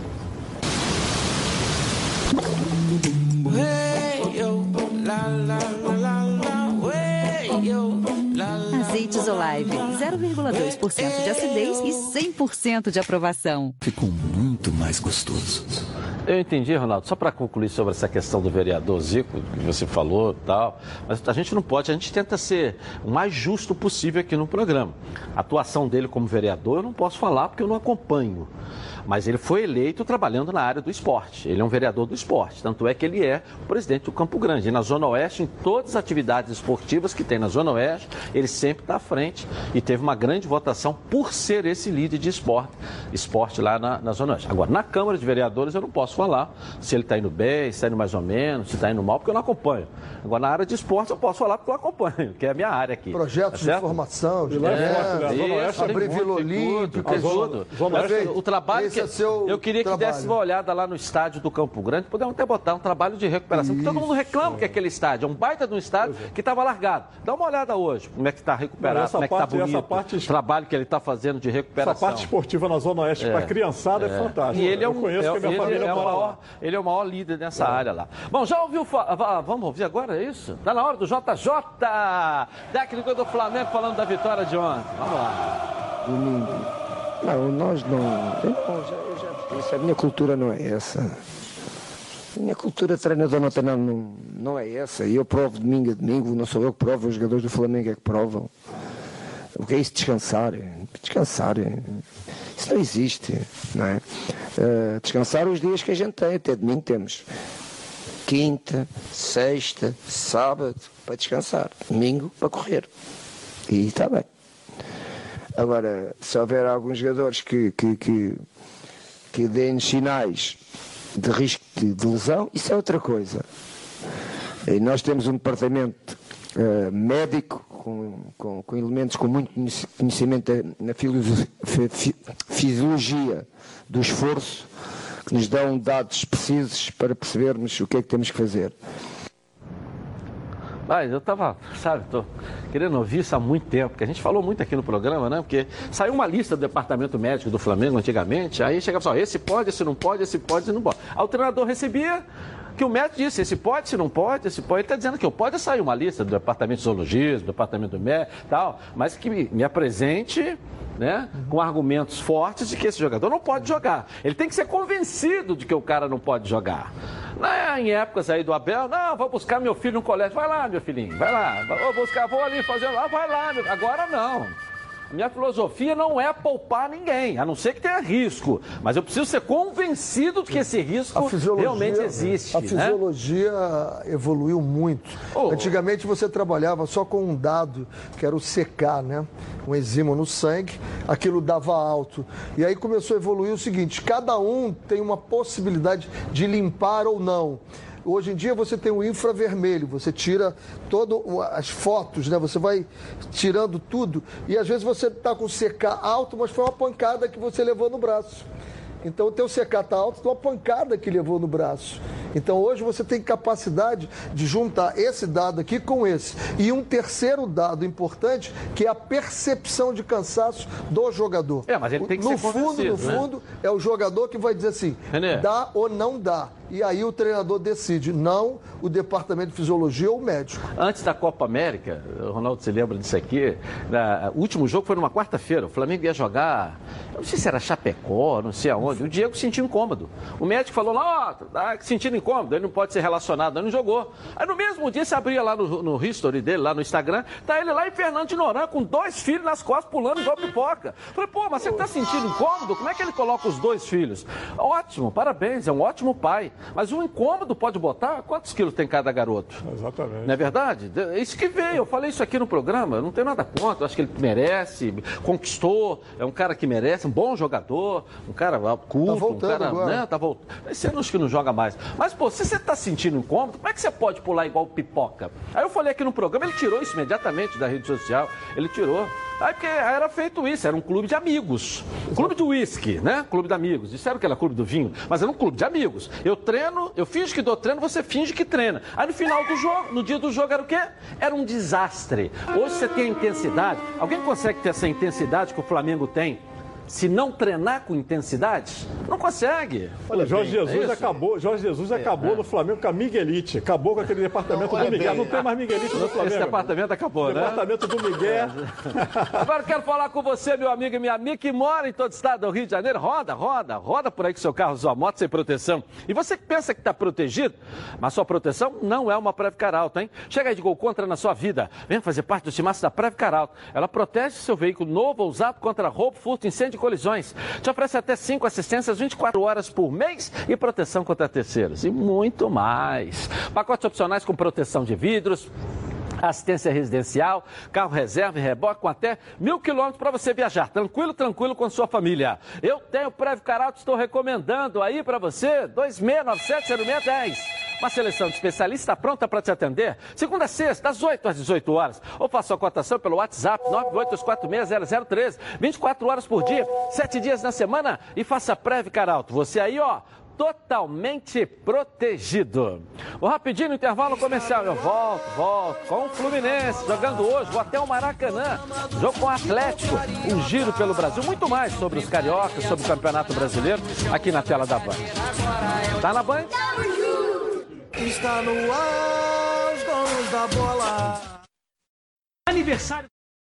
Azeites Olive, 0,2% de acidez e 100% de aprovação. Ficou muito mais gostoso. Eu entendi, Ronaldo, só para concluir sobre essa questão do vereador Zico, que você falou e tal, mas a gente não pode, a gente tenta ser o mais justo possível aqui no programa. A atuação dele como vereador eu não posso falar porque eu não acompanho. Mas ele foi eleito trabalhando na área do esporte. Ele é um vereador do esporte. Tanto é que ele é o presidente do Campo Grande. E na Zona Oeste, em todas as atividades esportivas que tem na Zona Oeste, ele sempre está à frente e teve uma grande votação por ser esse líder de esporte lá na Zona Oeste. Agora, na Câmara de Vereadores, eu não posso falar se ele está indo bem, se está indo mais ou menos, se está indo mal, porque eu não acompanho. Agora, na área de esporte, eu posso falar porque eu acompanho, que é a minha área aqui. Projetos de formação, de abrir Vila Olímpica, tudo. O trabalho eu queria que desse uma olhada lá no estádio do Campo Grande, podemos até botar um trabalho de recuperação, porque todo mundo reclama que aquele estádio é um baita de um estádio que estava largado. Dá uma olhada hoje, como é que está recuperado, como é que está bonito, o trabalho que ele está fazendo de recuperação. Essa parte esportiva na Zona Oeste para a criançada é fantástica. E ele é o maior líder nessa área lá. Bom, já ouviu, vamos ouvir agora, é isso? Está na hora do JJ, técnico do Flamengo, falando da vitória de ontem. Vamos lá. Domingo. Não, nós não. Eu já disse, a minha cultura não é essa. A minha cultura de treinador não é essa. E eu provo domingo a domingo, não sou eu que provo, os jogadores do Flamengo é que provam. O que é isso? Descansar. Descansar. Isso não existe, não é? Descansar os dias que a gente tem. Até domingo temos quinta, sexta, sábado para descansar. Domingo para correr. E está bem. Agora, se houver alguns jogadores que deem sinais de risco de lesão, isso é outra coisa. E nós temos um departamento médico com elementos com muito conhecimento na fisiologia do esforço, que nos dão dados precisos para percebermos o que é que temos que fazer. Mas eu estava, estou querendo ouvir isso há muito tempo, porque a gente falou muito aqui no programa, né? Porque saiu uma lista do departamento médico do Flamengo antigamente, aí chegava só, esse pode, esse não pode, esse pode, esse não pode. Aí o treinador recebia que o médico disse, esse pode, esse não pode, esse pode. Ele está dizendo que eu pode sair uma lista do departamento de zoologismo, do departamento médico e tal, mas que me apresente, né, com argumentos fortes de que esse jogador não pode jogar. Ele tem que ser convencido de que o cara não pode jogar. Em épocas aí do Abel, não, vou buscar meu filho no colégio. Vai lá, meu filhinho, vai lá. Vou ali fazer lá, vai lá. Agora não. Minha filosofia não é poupar ninguém, a não ser que tenha risco. Mas eu preciso ser convencido de que esse risco realmente existe. A fisiologia evoluiu muito. Antigamente você trabalhava só com um dado, que era o CK, né? Um enzima no sangue, aquilo dava alto. E aí começou a evoluir o seguinte, cada um tem uma possibilidade de limpar ou não. Hoje em dia você tem o infravermelho, você tira todas as fotos, né? Você vai tirando tudo e às vezes você está com o CK alto, mas foi uma pancada que você levou no braço. Então o teu CK está alto, foi uma pancada que levou no braço. Então hoje você tem capacidade de juntar esse dado aqui com esse. E um terceiro dado importante, que é a percepção de cansaço do jogador. Mas ele tem que ser convencido, no fundo, é o jogador que vai dizer assim, dá ou não dá. E aí o treinador decide, não o departamento de fisiologia ou o médico. Antes da Copa América, o Ronaldo se lembra disso aqui, o último jogo foi numa quarta-feira, o Flamengo ia jogar, eu não sei se era Chapecó, não sei aonde, o Diego sentiu incômodo. O médico falou lá, sentindo incômodo, incômodo, ele não pode ser relacionado, ele não jogou. Aí no mesmo dia você abria lá no history dele, lá no Instagram, tá ele lá e Fernando de Noronha com 2 filhos nas costas pulando igual pipoca. Falei, pô, mas você tá sentindo incômodo? Como é que ele coloca os 2 filhos? Ótimo, parabéns, é um ótimo pai. Mas o incômodo pode botar quantos quilos tem cada garoto? Exatamente. Não é verdade? É isso que veio, eu falei isso aqui no programa, eu não tenho nada contra, eu acho que ele merece, conquistou, é um cara que merece, um bom jogador, um cara culto, tá voltando um cara, agora. né, tá voltando. Esse ano acho que não joga mais. Mas, pô, se você tá sentindo incômodo, como é que você pode pular igual pipoca? Aí eu falei aqui no programa, ele tirou isso imediatamente da rede social, ele tirou. Aí porque era feito isso, era um clube de amigos. Clube de uísque, né? Clube de amigos. Disseram que era clube do vinho, mas era um clube de amigos. Eu treino, eu finjo que dou treino, você finge que treina. Aí no final do jogo, no dia do jogo era o quê? Era um desastre. Hoje você tem a intensidade. Alguém consegue ter essa intensidade que o Flamengo tem? Se não treinar com intensidade, não consegue. Olha, Jorge Jesus acabou no Flamengo com a Miguelite. Acabou com aquele departamento do Miguel. Não tem mais Miguelite no Flamengo. Esse departamento acabou, né? Departamento do Miguel. Agora eu quero falar com você, meu amigo e minha amiga, que mora em todo o estado do Rio de Janeiro. Roda por aí com seu carro, sua moto sem proteção. E você que pensa que está protegido, mas sua proteção não é uma Previcar Alto, hein? Chega aí de Gol Contra na sua vida. Venha fazer parte do timaço da Previcar Alto. Ela protege seu veículo novo ou usado contra roubo, furto, incêndio e colisões. Te oferece até 5 assistências 24 horas por mês e proteção contra terceiros. E muito mais. Pacotes opcionais com proteção de vidros, assistência residencial, carro reserva e reboque com até 1.000 quilômetros para você viajar. Tranquilo com sua família. Eu tenho Previcar Alto, estou recomendando aí para você, 2697-0610. Uma seleção de especialistas pronta para te atender. Segunda a sexta, das 8 às 18 horas. Ou faça sua cotação pelo WhatsApp 982460013. 24 horas por dia, 7 dias na semana e faça Previcar Alto. Você aí, ó, totalmente protegido. O rapidinho no intervalo comercial. Eu volto com o Fluminense, jogando hoje, vou até o Maracanã, jogo com o Atlético, um giro pelo Brasil, muito mais sobre os cariocas, sobre o Campeonato Brasileiro, aqui na tela da Band. Tá na Band? Está no ar, os donos da bola. Aniversário.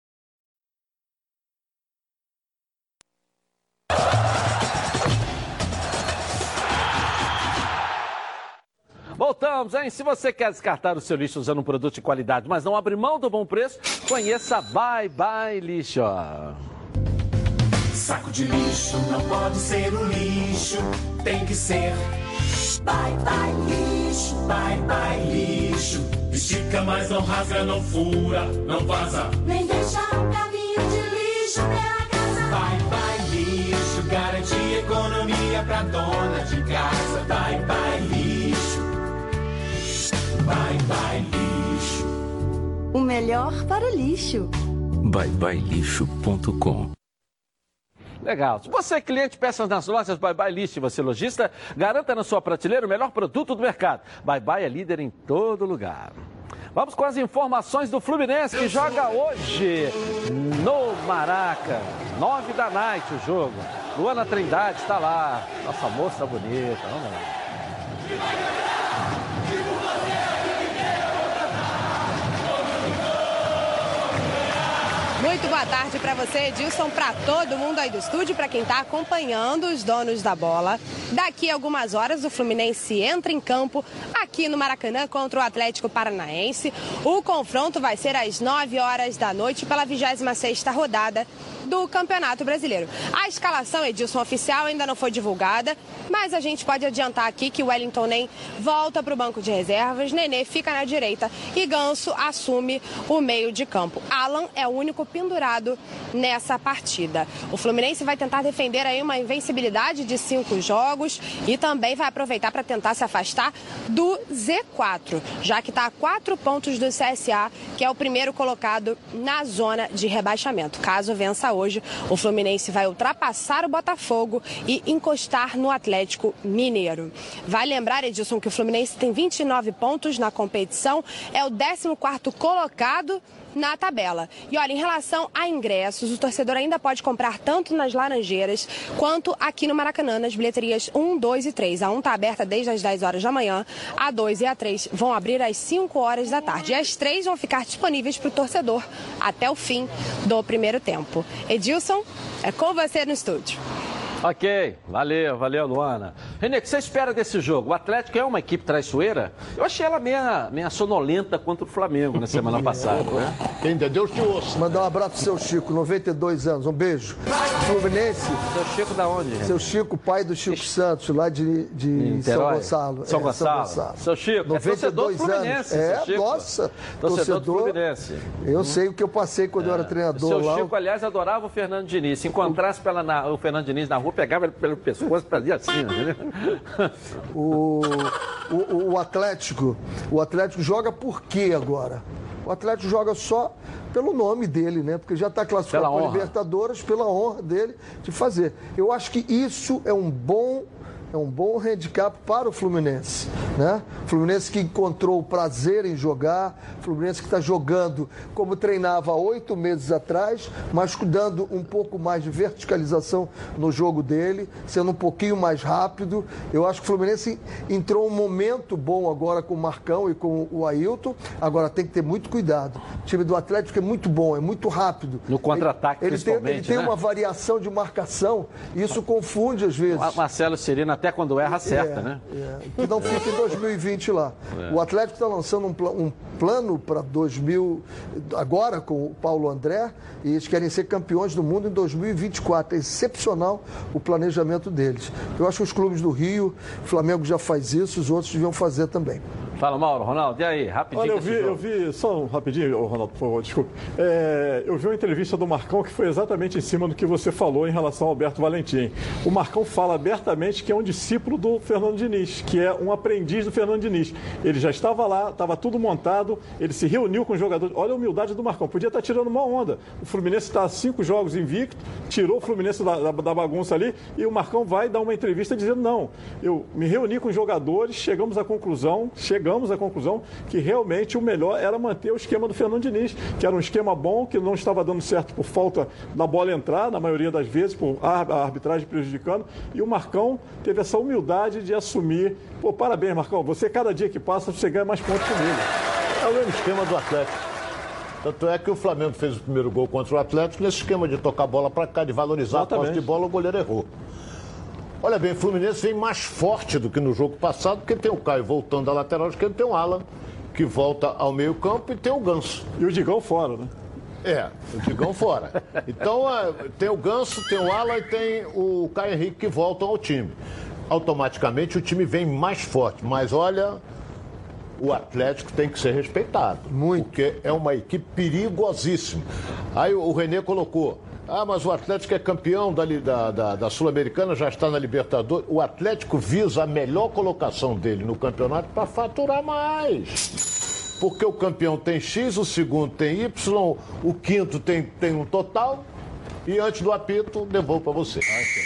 Voltamos, hein? Se você quer descartar o seu lixo usando um produto de qualidade, mas não abrir mão do bom preço, conheça Bye Bye Lixo. Saco de lixo não pode ser um lixo, tem que ser Bye Bye Lixo, Bye Bye Lixo. Estica, mas não rasga, não fura, não vaza, nem deixa um caminho de lixo pela casa. Bye Bye Lixo, garante economia pra dona de casa. Bye Bye Lixo, Bye Bye Lixo. O melhor para o lixo. byebyelixo.com. Legal. Se você é cliente, peça nas lojas Bye Bye Lixo. Você lojista, garanta na sua prateleira o melhor produto do mercado. Bye Bye é líder em todo lugar. Vamos com as informações do Fluminense, que joga hoje no Maraca. 9 da noite o jogo. Luana Trindade está lá. Nossa moça bonita. Vamos lá. Muito boa tarde para você, Edilson, para todo mundo aí do estúdio, para quem está acompanhando os donos da bola. Daqui a algumas horas o Fluminense entra em campo aqui no Maracanã contra o Atlético Paranaense. O confronto vai ser às 9 horas da noite pela 26ª rodada do Campeonato Brasileiro. A escalação, Edilson, oficial ainda não foi divulgada, mas a gente pode adiantar aqui que o Wellington Nem volta para o banco de reservas, Nenê fica na direita e Ganso assume o meio de campo. Alan é o único pendurado nessa partida. O Fluminense vai tentar defender aí uma invencibilidade de 5 jogos e também vai aproveitar para tentar se afastar do Z4, já que está a 4 pontos do CSA, que é o primeiro colocado na zona de rebaixamento. Caso vença hoje, o Fluminense vai ultrapassar o Botafogo e encostar no Atlético Mineiro. Vai lembrar, Edilson, que o Fluminense tem 29 pontos na competição, é o 14º colocado na tabela. E olha, em relação a ingressos, o torcedor ainda pode comprar tanto nas Laranjeiras quanto aqui no Maracanã, nas bilheterias 1, 2 e 3. A 1 está aberta desde as 10 horas da manhã, a 2 e a 3 vão abrir às 5 horas da tarde. E as 3 vão ficar disponíveis para o torcedor até o fim do primeiro tempo. Edilson, é com você no estúdio. Ok, valeu, Luana. Renê, o que você espera desse jogo? O Atlético é uma equipe traiçoeira? Eu achei ela meia sonolenta contra o Flamengo na semana passada, né? Entendeu? Te ouço. Mandar um abraço pro seu Chico, 92 anos, um beijo. Fluminense. Seu Chico da onde? Seu Chico, pai do Chico Santos, lá de São Gonçalo. São Gonçalo. Seu Chico, 92 anos. Nossa, torcedor do Fluminense. Eu sei o que eu passei quando eu era treinador seu lá. Seu Chico, aliás, adorava o Fernando Diniz. Se encontrasse o Fernando Diniz na rua, pegava ele pelo pescoço e fazia assim, né? O Atlético joga por quê agora? O Atlético joga só pelo nome dele, né? Porque já está classificado para a Libertadores, pela honra dele de fazer. Eu acho que isso é um bom handicap para o Fluminense, né? Fluminense que encontrou o prazer em jogar, Fluminense que está jogando como treinava há 8 meses atrás, mas dando um pouco mais de verticalização no jogo dele, sendo um pouquinho mais rápido. Eu acho que o Fluminense entrou um momento bom agora com o Marcão e com o Ailton. Agora tem que ter muito cuidado. O time do Atlético é muito bom, é muito rápido. No contra-ataque, principalmente, ele tem uma variação de marcação e isso confunde às vezes. O Marcelo Cirino até quando erra, acerta, né? Que não fica em 2020 lá. O Atlético está lançando um plano para 2000, agora com o Paulo André, e eles querem ser campeões do mundo em 2024. É excepcional o planejamento deles. Eu acho que os clubes do Rio, o Flamengo já faz isso, os outros deviam fazer também. Fala, Mauro. Ronaldo, e aí? Rapidinho. Olha, eu vi, só rapidinho, Ronaldo, por favor, desculpe. Eu vi uma entrevista do Marcão que foi exatamente em cima do que você falou em relação ao Alberto Valentim. O Marcão fala abertamente que é um discípulo do Fernando Diniz, que é um aprendiz do Fernando Diniz. Ele já estava lá, estava tudo montado, ele se reuniu com os jogadores. Olha a humildade do Marcão, podia estar tirando uma onda. O Fluminense está a 5 jogos invicto, tirou o Fluminense da bagunça ali, e o Marcão vai dar uma entrevista dizendo, não, eu me reuni com os jogadores, chegamos à conclusão que realmente o melhor era manter o esquema do Fernando Diniz, que era um esquema bom, que não estava dando certo por falta da bola entrar, na maioria das vezes, por a arbitragem prejudicando, e o Marcão teve essa humildade de assumir. Pô, parabéns, Marcão, você cada dia que passa, você ganha mais pontos comigo. É o mesmo esquema do Atlético. Tanto é que o Flamengo fez o primeiro gol contra o Atlético nesse esquema de tocar a bola para cá, de valorizar a posse de bola, o goleiro errou. Olha bem, o Fluminense vem mais forte do que no jogo passado, porque tem o Caio voltando da lateral esquerda, tem o Alan, que volta ao meio campo, e tem o Ganso. E o Digão fora, né? O Digão fora. Então, tem o Ganso, tem o Alan e tem o Caio Henrique que voltam ao time. Automaticamente o time vem mais forte, mas olha, o Atlético tem que ser respeitado. Muito. Porque é uma equipe perigosíssima. Aí o Renê colocou, mas o Atlético é campeão da Sul-Americana, já está na Libertadores. O Atlético visa a melhor colocação dele no campeonato para faturar mais. Porque o campeão tem X, o segundo tem Y, o quinto tem um total, e antes do apito, devolvo para você.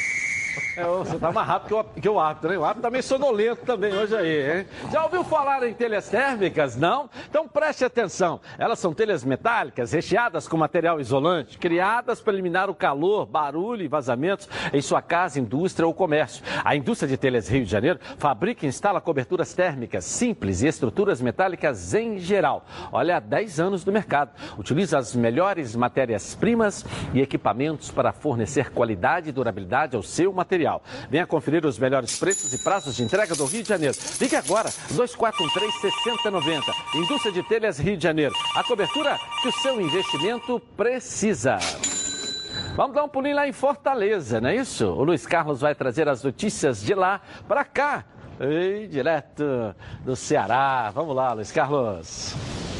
Você tá mais rápido que o árbitro, hein? O árbitro tá meio sonolento também hoje aí, hein? Já ouviu falar em telhas térmicas? Não? Então preste atenção. Elas são telhas metálicas recheadas com material isolante, criadas para eliminar o calor, barulho e vazamentos em sua casa, indústria ou comércio. A indústria de telhas Rio de Janeiro fabrica e instala coberturas térmicas simples e estruturas metálicas em geral. Olha, há 10 anos no mercado. Utiliza as melhores matérias-primas e equipamentos para fornecer qualidade e durabilidade ao seu material. Venha conferir os melhores preços e prazos de entrega do Rio de Janeiro. Ligue agora, 2413-6090. Indústria de Telhas Rio de Janeiro. A cobertura que o seu investimento precisa. Vamos dar um pulinho lá em Fortaleza, não é isso? O Luiz Carlos vai trazer as notícias de lá para cá. Direto do Ceará. Vamos lá, Luiz Carlos.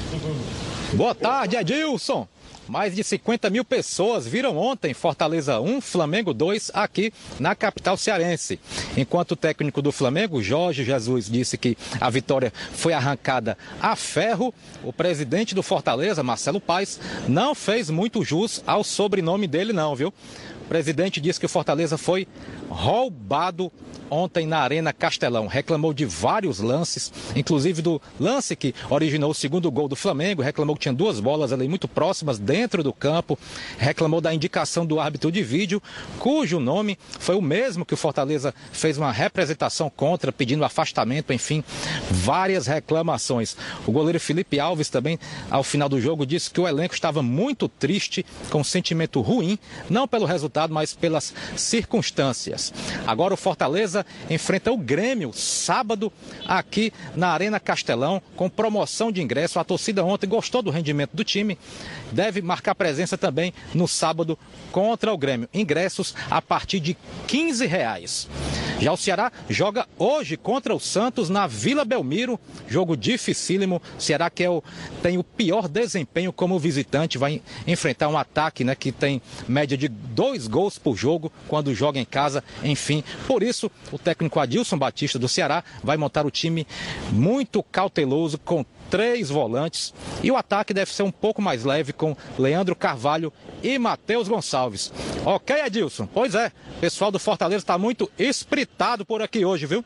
Boa tarde, Edilson. Mais de 50 mil pessoas viram ontem Fortaleza 1, Flamengo 2, aqui na capital cearense. Enquanto o técnico do Flamengo, Jorge Jesus, disse que a vitória foi arrancada a ferro, o presidente do Fortaleza, Marcelo Paes, não fez muito jus ao sobrenome dele não, viu? O presidente disse que o Fortaleza foi roubado ontem na Arena Castelão. Reclamou de vários lances, inclusive do lance que originou o segundo gol do Flamengo. Reclamou que tinha 2 bolas ali muito próximas dentro dentro do campo, reclamou da indicação do árbitro de vídeo, cujo nome foi o mesmo que o Fortaleza fez uma representação contra, pedindo afastamento, enfim, várias reclamações. O goleiro Felipe Alves também, ao final do jogo, disse que o elenco estava muito triste, com um sentimento ruim, não pelo resultado, mas pelas circunstâncias. Agora o Fortaleza enfrenta o Grêmio sábado aqui na Arena Castelão, com promoção de ingresso. A torcida ontem gostou do rendimento do time, deve marcar presença também no sábado contra o Grêmio. Ingressos a partir de R$15. Já o Ceará joga hoje contra o Santos na Vila Belmiro, jogo dificílimo. O Ceará que tem o pior desempenho como visitante, vai enfrentar um ataque, né, que tem média de 2 gols por jogo quando joga em casa. Enfim, por isso o técnico Adilson Batista do Ceará vai montar o time muito cauteloso, com 3 volantes, e o ataque deve ser um pouco mais leve, com Leandro Carvalho e Matheus Gonçalves. Ok, Edilson? Pois é, o pessoal do Fortaleza está muito espritado por aqui hoje, viu?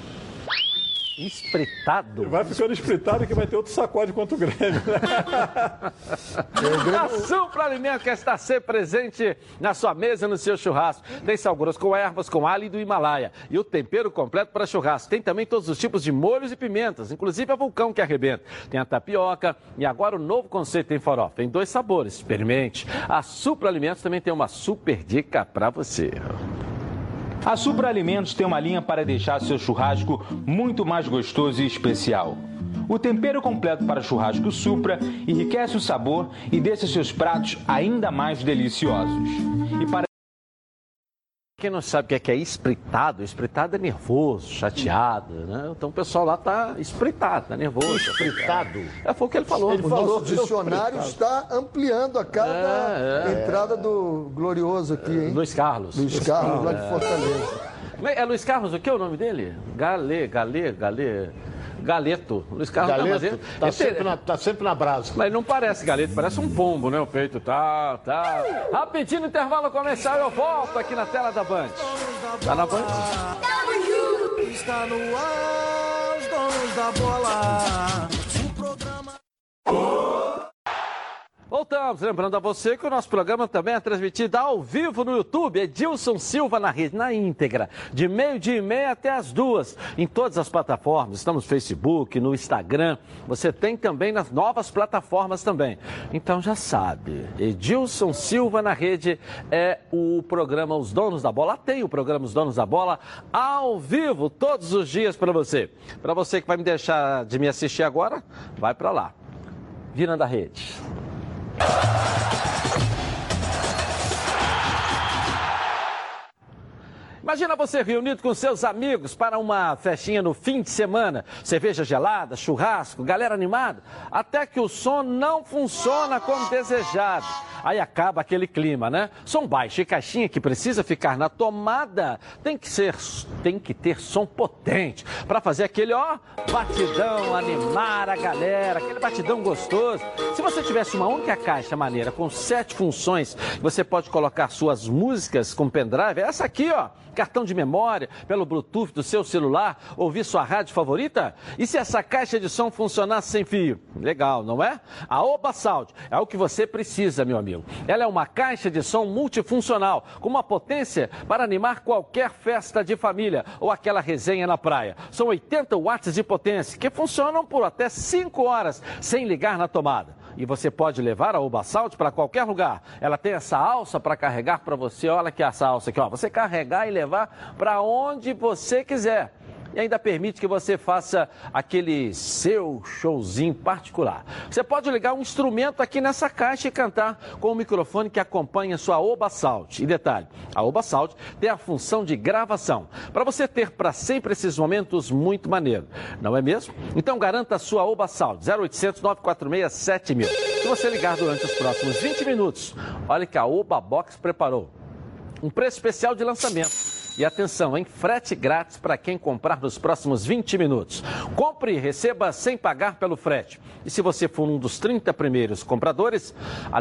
Espritado? Vai ficando espritado que vai ter outro sacode contra o Grêmio. A Supra Alimento quer estar sempre presente na sua mesa, no seu churrasco. Tem sal grosso com ervas, com alho do Himalaia. E o tempero completo para churrasco. Tem também todos os tipos de molhos e pimentas, inclusive a Vulcão que arrebenta. Tem a tapioca e agora o novo conceito tem farofa. Em 2 sabores. Experimente. A Supra Alimentos também tem uma super dica para você. A Supra Alimentos tem uma linha para deixar seu churrasco muito mais gostoso e especial. O tempero completo para churrasco Supra enriquece o sabor e deixa seus pratos ainda mais deliciosos. E para quem não sabe o que é espritado, espritado é nervoso, chateado, né? Então o pessoal lá tá espritado, tá nervoso. Espritado? Foi o que ele falou. O nosso dicionário está ampliando a cada entrada do glorioso aqui, hein? Luiz Carlos. Luiz Carlos, lá de Fortaleza. É Luiz Carlos, o que é o nome dele? Galeto. Luiz Carlos Galeto tá sempre na brasa. Mas não parece galeto, parece um pombo, né? O peito tá. Rapidinho, intervalo comercial, eu volto aqui na tela da Band. Tá na Band? Está no ar, os donos da bola. O programa. Voltamos, lembrando a você que o nosso programa também é transmitido ao vivo no YouTube. Edilson Silva na rede, na íntegra, de 12:30 até as 2, em todas as plataformas. Estamos no Facebook, no Instagram. Você tem também nas novas plataformas também. Então já sabe, Edilson Silva na rede é o programa Os Donos da Bola. Tem o programa Os Donos da Bola ao vivo, todos os dias para você. Para você que vai me deixar de me assistir agora, vai para lá. Virando a rede. Imagina você reunido com seus amigos para uma festinha no fim de semana, cerveja gelada, churrasco, galera animada, até que o som não funciona como desejado. Aí acaba aquele clima, né? Som baixo e caixinha que precisa ficar na tomada tem que ter som potente para fazer aquele, batidão, animar a galera, aquele batidão gostoso. Se você tivesse uma única caixa maneira com 7 funções, você pode colocar suas músicas com pendrive, essa aqui, cartão de memória, pelo Bluetooth do seu celular, ouvir sua rádio favorita? E se essa caixa de som funcionasse sem fio? Legal, não é? A Oba Sound é o que você precisa, meu amigo. Ela é uma caixa de som multifuncional, com uma potência para animar qualquer festa de família ou aquela resenha na praia. São 80 watts de potência, que funcionam por até 5 horas, sem ligar na tomada. E você pode levar a Oba Sound para qualquer lugar. Ela tem essa alça para carregar para você. Olha que essa alça aqui, você carregar e levar para onde você quiser. E ainda permite que você faça aquele seu showzinho particular. Você pode ligar um instrumento aqui nessa caixa e cantar com o microfone que acompanha sua Oba Sound. E detalhe, a Oba Sound tem a função de gravação, para você ter para sempre esses momentos muito maneiros. Não é mesmo? Então garanta a sua Oba Sound, 0800 946 7000. Se você ligar durante os próximos 20 minutos, olha que a Oba Box preparou um preço especial de lançamento. E atenção, hein? Frete grátis para quem comprar nos próximos 20 minutos. Compre e receba sem pagar pelo frete. E se você for um dos 30 primeiros compradores,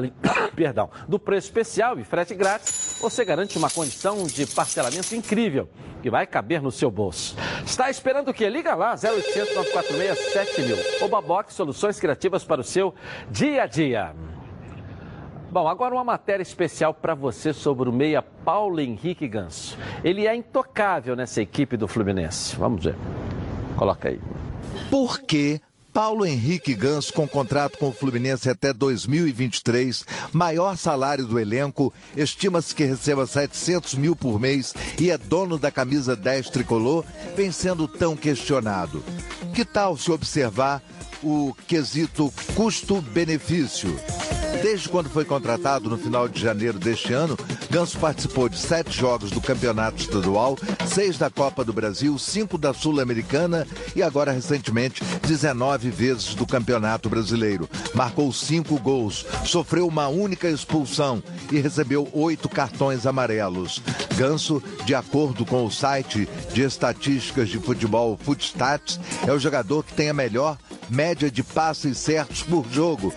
do preço especial e frete grátis, você garante uma condição de parcelamento incrível, que vai caber no seu bolso. Está esperando o quê? Liga lá, 0800 946 7000. Oba Box, soluções criativas para o seu dia a dia. Bom, agora uma matéria especial para você sobre o meia Paulo Henrique Ganso. Ele é intocável nessa equipe do Fluminense. Vamos ver. Coloca aí. Por que Paulo Henrique Ganso, com contrato com o Fluminense até 2023, maior salário do elenco, estima-se que receba 700 mil por mês e é dono da camisa 10 tricolor, vem sendo tão questionado? Que tal se observar o quesito custo-benefício? Desde quando foi contratado no final de janeiro deste ano, Ganso participou de 7 jogos do Campeonato Estadual, 6 da Copa do Brasil, 5 da Sul-Americana e agora, recentemente, 19 vezes do Campeonato Brasileiro. Marcou 5 gols, sofreu uma única expulsão e recebeu 8 cartões amarelos. Ganso, de acordo com o site de estatísticas de futebol Footstats, é o jogador que tem a melhor média de passes certos por jogo,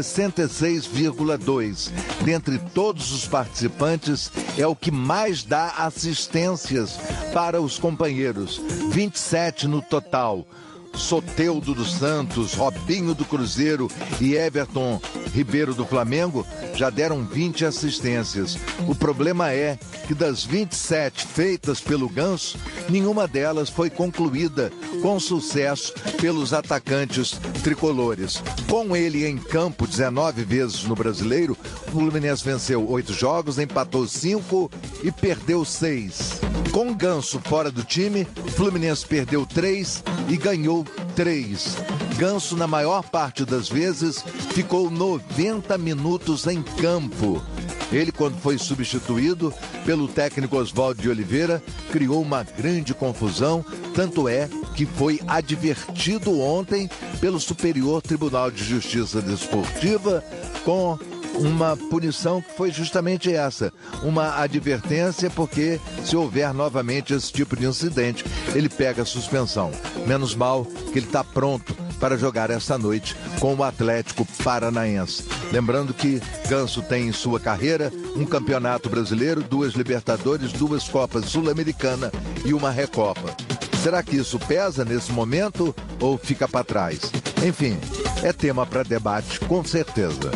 66,2. Dentre todos os participantes, é o que mais dá assistências para os companheiros, 27 no total. Soteldo dos Santos, Robinho do Cruzeiro e Everton Ribeiro do Flamengo já deram 20 assistências. O problema é que das 27 feitas pelo Ganso, nenhuma delas foi concluída com sucesso pelos atacantes tricolores. Com ele em campo 19 vezes no Brasileiro, o Fluminense venceu 8 jogos, empatou 5 e perdeu 6. Com Ganso fora do time, o Fluminense perdeu 3 e ganhou 3. Ganso, na maior parte das vezes, ficou 90 minutos em campo. Ele, quando foi substituído pelo técnico Oswaldo de Oliveira, criou uma grande confusão, tanto é que foi advertido ontem pelo Superior Tribunal de Justiça Desportiva com uma punição que foi justamente essa, uma advertência, porque se houver novamente esse tipo de incidente, ele pega a suspensão. Menos mal que ele está pronto para jogar esta noite com o Atlético Paranaense. Lembrando que Ganso tem em sua carreira um Campeonato Brasileiro, 2 Libertadores, 2 Copas Sul-Americana e uma Recopa. Será que isso pesa nesse momento ou fica para trás? Enfim, é tema para debate, com certeza.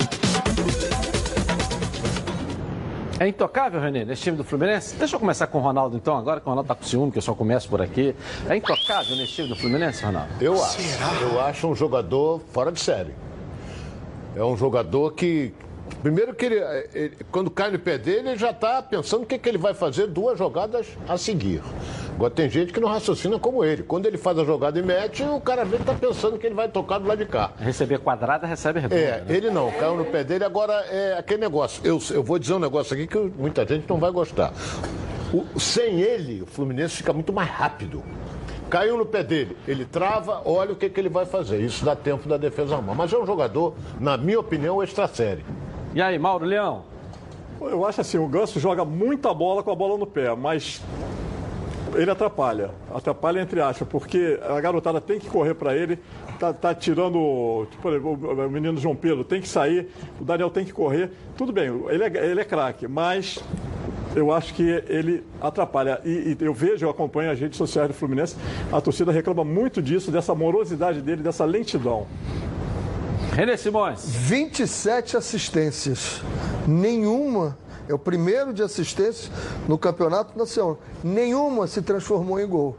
É intocável, Renê, nesse time do Fluminense? Deixa eu começar com o Ronaldo, então, agora que o Ronaldo está com ciúme, que eu só começo por aqui. É intocável nesse time do Fluminense, Ronaldo? Eu acho um jogador fora de série. É um jogador que... Primeiro que ele quando cai no pé dele, ele já está pensando o que ele vai fazer 2 jogadas a seguir. Agora tem gente que não raciocina como ele. Quando ele faz a jogada e mete, o cara vem está pensando que ele vai tocar do lado de cá. Receber quadrada, recebe redonda. Né? Ele não, caiu no pé dele. Agora é aquele negócio. Eu vou dizer um negócio aqui que muita gente não vai gostar. Sem ele, o Fluminense fica muito mais rápido. Caiu no pé dele, ele trava, olha o que ele vai fazer. Isso dá tempo da defesa armar. Mas é um jogador, na minha opinião, extra série. E aí, Mauro Leão? Eu acho assim, o Ganso joga muita bola com a bola no pé, mas ele atrapalha entre aspas, porque a garotada tem que correr para ele, tá tirando, tipo, o menino João Pedro tem que sair, o Daniel tem que correr, tudo bem, ele é craque, mas eu acho que ele atrapalha. E eu acompanho as redes sociais do Fluminense, a torcida reclama muito disso, dessa morosidade dele, dessa lentidão. Renê Simões. 27 assistências. Nenhuma, é o primeiro de assistência no Campeonato Nacional. Nenhuma se transformou em gol.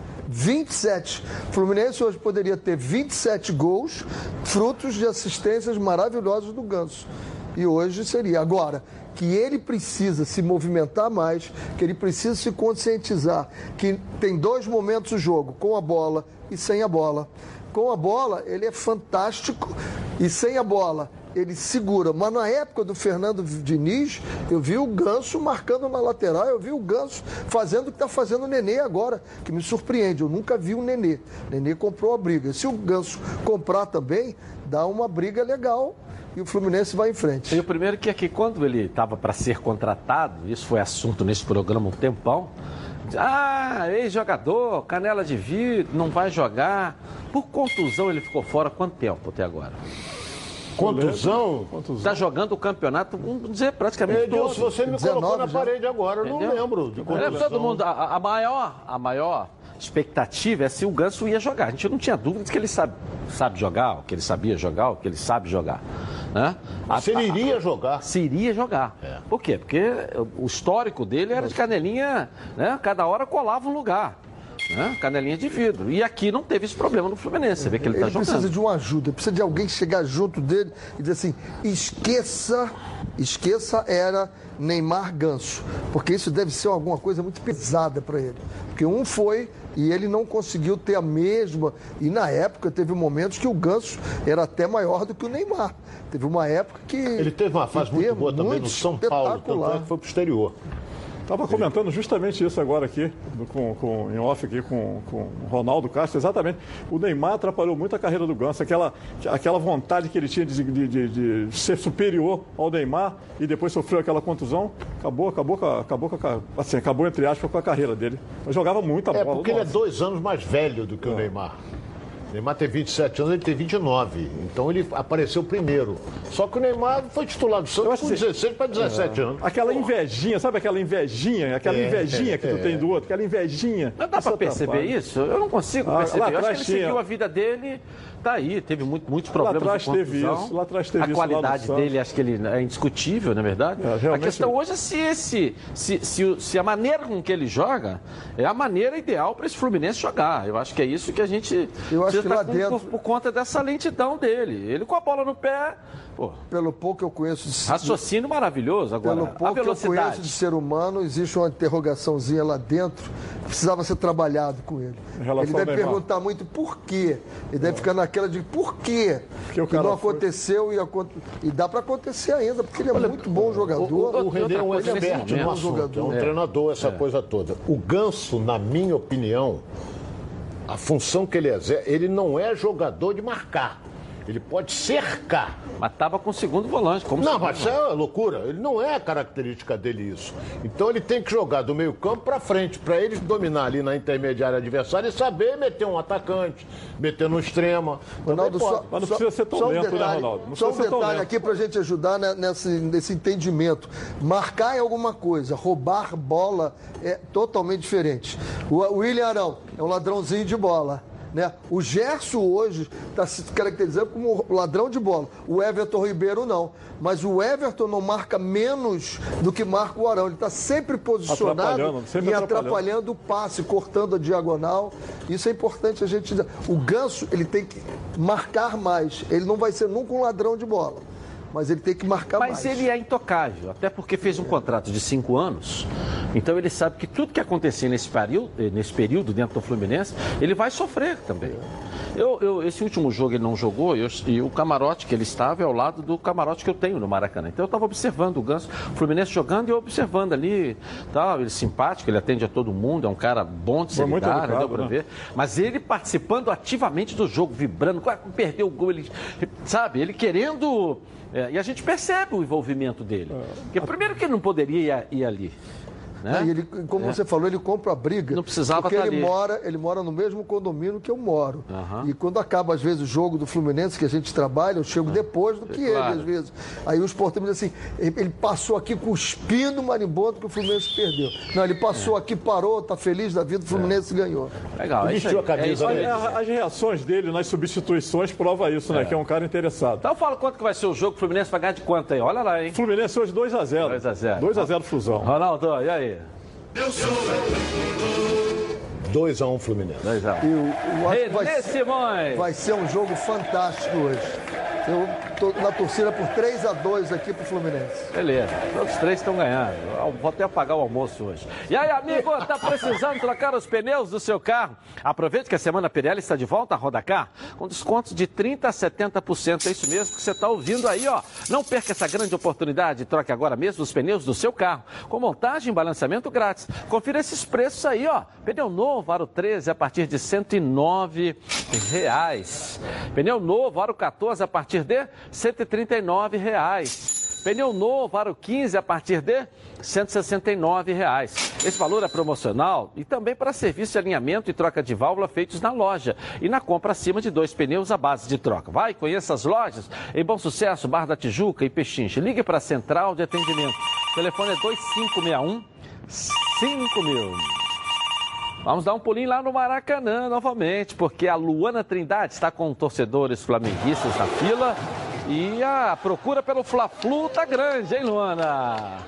27. O Fluminense hoje poderia ter 27 gols, frutos de assistências maravilhosas do Ganso. E hoje seria. Agora, que ele precisa se movimentar mais, que ele precisa se conscientizar, que tem 2 momentos o jogo, com a bola e sem a bola. Com a bola, ele é fantástico e sem a bola, ele segura. Mas na época do Fernando Diniz, eu vi o Ganso marcando na lateral, eu vi o Ganso fazendo o que está fazendo o Nenê agora, que me surpreende. Eu nunca vi o Nenê. O Nenê comprou a briga. Se o Ganso comprar também, dá uma briga legal e o Fluminense vai em frente. E o primeiro que é que quando ele estava para ser contratado, isso foi assunto nesse programa um tempão, ex-jogador, canela de vidro, não vai jogar. Por contusão ele ficou fora quanto tempo até agora? Contusão? Está jogando o campeonato, vamos dizer, praticamente todo. Se você me colocou na parede agora, eu não lembro de contusão. Todo mundo, a maior expectativa é se o Ganso ia jogar. A gente não tinha dúvida de que ele sabe jogar, o que ele sabia jogar, o que ele sabe jogar. Né? Se ele iria jogar. Se iria jogar. Por quê? Porque o histórico dele era de canelinha, né? Cada hora colava um lugar. Né? Canelinha de vidro. E aqui não teve esse problema no Fluminense. Você vê que ele está jogando. Ele precisa de uma ajuda, precisa de alguém chegar junto dele e dizer assim, esqueça era Neymar Ganso. Porque isso deve ser alguma coisa muito pesada para ele. Porque um foi e ele não conseguiu ter a mesma. E na época teve momentos que o Ganso era até maior do que o Neymar. Teve uma época que... Ele teve uma fase muito boa também no São Paulo, tanto é que foi pro exterior. Estava comentando justamente isso agora aqui, em off aqui com o Ronaldo Castro, exatamente. O Neymar atrapalhou muito a carreira do Ganso, aquela vontade que ele tinha de ser superior ao Neymar e depois sofreu aquela contusão, acabou entre aspas com a carreira dele. Mas jogava muita bola. Porque ele é 2 anos mais velho do que o Neymar. O Neymar tem 27 anos, ele tem 29. Então ele apareceu primeiro. Só que o Neymar foi titular do Santos com 16 para 17 anos. Aquela invejinha, sabe aquela invejinha que tu tem do outro? Aquela invejinha. Não dá para perceber isso? Eu não consigo perceber. Eu acho que ele seguiu a vida dele, tá aí. Teve muitos problemas lá atrás teve isso. Lá atrás teve a qualidade dele, acho que ele é indiscutível, na verdade. A questão hoje é se a maneira com que ele joga é a maneira ideal para esse Fluminense jogar. Eu acho que é isso que a gente... Tá por conta dessa lentidão dele. Ele com a bola no pé... Pô, pelo pouco que eu conheço... Raciocínio maravilhoso. Agora, pelo pouco que eu conheço de ser humano, existe uma interrogaçãozinha lá dentro que precisava ser trabalhado com ele. Ele deve perguntar muito por quê. Ele deve ficar naquela de por quê que não aconteceu e dá para acontecer ainda, porque ele é muito bom jogador. O René é um expert no assunto, é um treinador, essa coisa toda. O Ganso, na minha opinião... A função que ele exerce, ele não é jogador de marcar. Ele pode cercar. Mas estava com o segundo volante. Mas isso é loucura. Ele não é a característica dele isso. Então ele tem que jogar do meio campo para frente, para ele dominar ali na intermediária adversária e saber meter um atacante, meter no extrema. Ronaldo, mas não precisa ser tão lento, né, Ronaldo? Só um detalhe aqui para a gente ajudar nesse entendimento. Marcar é alguma coisa, roubar bola é totalmente diferente. O William Arão é um ladrãozinho de bola. Né? O Gerson hoje está se caracterizando como ladrão de bola. O Everton Ribeiro não. Mas o Everton não marca menos do que marca o Arão. Ele está sempre posicionado e atrapalhando o passe, cortando a diagonal. Isso é importante a gente dizer. O Ganso, ele tem que marcar mais. Ele não vai ser nunca um ladrão de bola. Mas ele tem que marcar mais. Mas ele é intocável, até porque fez um contrato de 5 anos. Então ele sabe que tudo que acontecer nesse período dentro do Fluminense, ele vai sofrer também. Esse último jogo ele não jogou e o camarote que ele estava é ao lado do camarote que eu tenho no Maracanã. Então eu estava observando o Ganso, o Fluminense jogando e eu observando ali. Ele é simpático, ele atende a todo mundo, é um cara bom de se lidar, deu para ver. Mas ele participando ativamente do jogo, vibrando, perdeu o gol, ele querendo... e a gente percebe o envolvimento dele. Porque primeiro que ele não poderia ir ali. Né? E ele, como você falou, ele compra a briga. Não precisava porque ele mora no mesmo condomínio que eu moro. E quando acaba, às vezes, o jogo do Fluminense que a gente trabalha, eu chego depois do que ele, às vezes. Aí os porteiros dizem assim, ele passou aqui cuspindo o marimbondo que o Fluminense perdeu. Não, ele passou aqui, parou, tá feliz da vida, o Fluminense ganhou. Legal. Vestiu a camisa. As reações dele nas substituições prova isso, né? Que é um cara interessado. Então fala quanto que vai ser o jogo, o Fluminense vai ganhar de quanto aí? Olha lá, hein? Fluminense hoje 2-0. 2-0 Flusão. Ronaldo, e aí? 2-1 Fluminense. 2-1. Eu acho que vai ser um jogo fantástico hoje. Eu estou na torcida por 3-2 aqui pro Fluminense. Beleza, todos os 3 estão ganhando. Vou até pagar o almoço hoje. E aí, amigo, tá precisando trocar os pneus do seu carro? Aproveite que a Semana Pirelli está de volta a Rodacar com descontos de 30% a 70%. É isso mesmo que você está ouvindo aí, ó. Não perca essa grande oportunidade. Troque agora mesmo os pneus do seu carro com montagem e balanceamento grátis. Confira esses preços aí, ó. Pneu novo, aro 13, a partir de R$ 109. Pneu novo, aro 14, a partir de R$ 139. Pneu novo, aro 15, a partir de R$ 169. Esse valor é promocional e também para serviço de alinhamento e troca de válvula feitos na loja e na compra acima de 2 pneus à base de troca. Vai, conheça as lojas em Bom Sucesso, Barra da Tijuca e Pechinche. Ligue para a Central de Atendimento. O telefone é 2561-5000. Vamos dar um pulinho lá no Maracanã novamente, porque a Luana Trindade está com torcedores flamenguistas na fila E a procura pelo Fla-Flu tá grande, hein, Luana?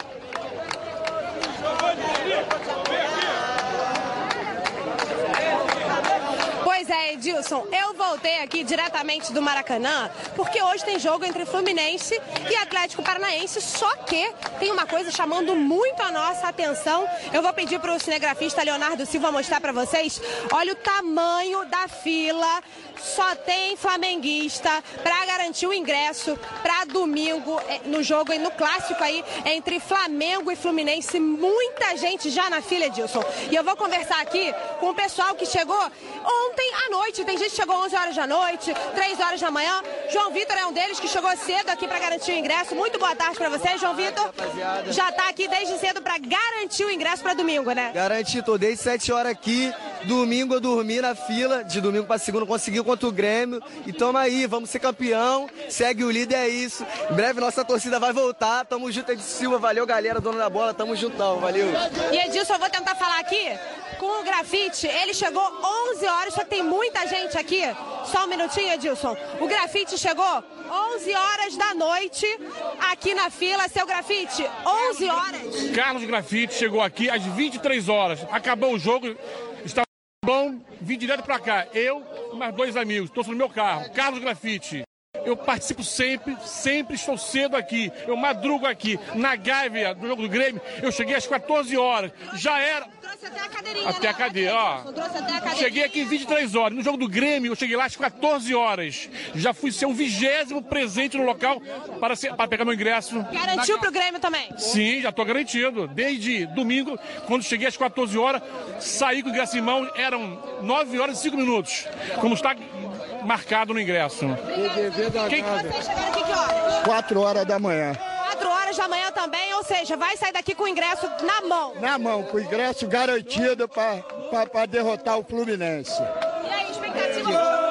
Pois é, Edilson, eu voltei aqui diretamente do Maracanã, porque hoje tem jogo entre Fluminense e Atlético Paranaense, só que tem uma coisa chamando muito a nossa atenção. Eu vou pedir para o cinegrafista Leonardo Silva mostrar para vocês. Olha o tamanho da fila, só tem flamenguista para garantir o ingresso para domingo no jogo e no clássico aí entre Flamengo e Fluminense. Muita gente já na fila, Edilson. E eu vou conversar aqui com o pessoal que chegou ontem à noite. Tem gente que chegou 11 horas da noite, 3 horas da manhã. João Vitor é um deles que chegou cedo aqui para garantir o ingresso. Muito boa tarde para você, João Vitor. Já tá aqui desde cedo para garantir o ingresso para domingo, né? Garanti, tô desde 7 horas aqui. Domingo eu dormi na fila, de domingo para segunda consegui contra o Grêmio. E tamo aí, vamos ser campeão. Segue o líder, é isso. Em breve nossa torcida vai voltar. Tamo junto, Edilson Silva. Valeu, galera, dono da bola. Tamo juntão, valeu. E Edilson, eu vou tentar falar aqui com o Grafite. Ele chegou 11 horas, só que tem muita gente aqui. Só um minutinho, Edilson. O Grafite chegou 11 horas da noite aqui na fila. Seu Grafite, 11 horas. Carlos Grafite chegou aqui às 23 horas. Acabou o jogo, estava bom, vim direto pra cá. Eu e mais 2 amigos, estou no meu carro. Carlos Grafite. Eu participo sempre estou cedo aqui. Eu madrugo aqui. Na Gávea do jogo do Grêmio, eu cheguei às 14 horas. Já era. Trouxe até a cadeirinha, até a cadeira, ó. Trouxe até a cadeirinha. Cheguei aqui em 23 horas. No jogo do Grêmio, eu cheguei lá às 14 horas. Já fui ser o 20º presente no local para pegar meu ingresso. Garantiu pro Grêmio também? Sim, já tô garantido. Desde domingo, quando cheguei às 14 horas, saí com o ingresso em mão, eram 9 horas e 5 minutos. Como está marcado no ingresso. Vocês chegaram aqui que horas? 4 horas da manhã. 4 horas da manhã também, ou seja, vai sair daqui com o ingresso na mão. Na mão, com o ingresso garantido para derrotar o Fluminense. E aí, expectativa?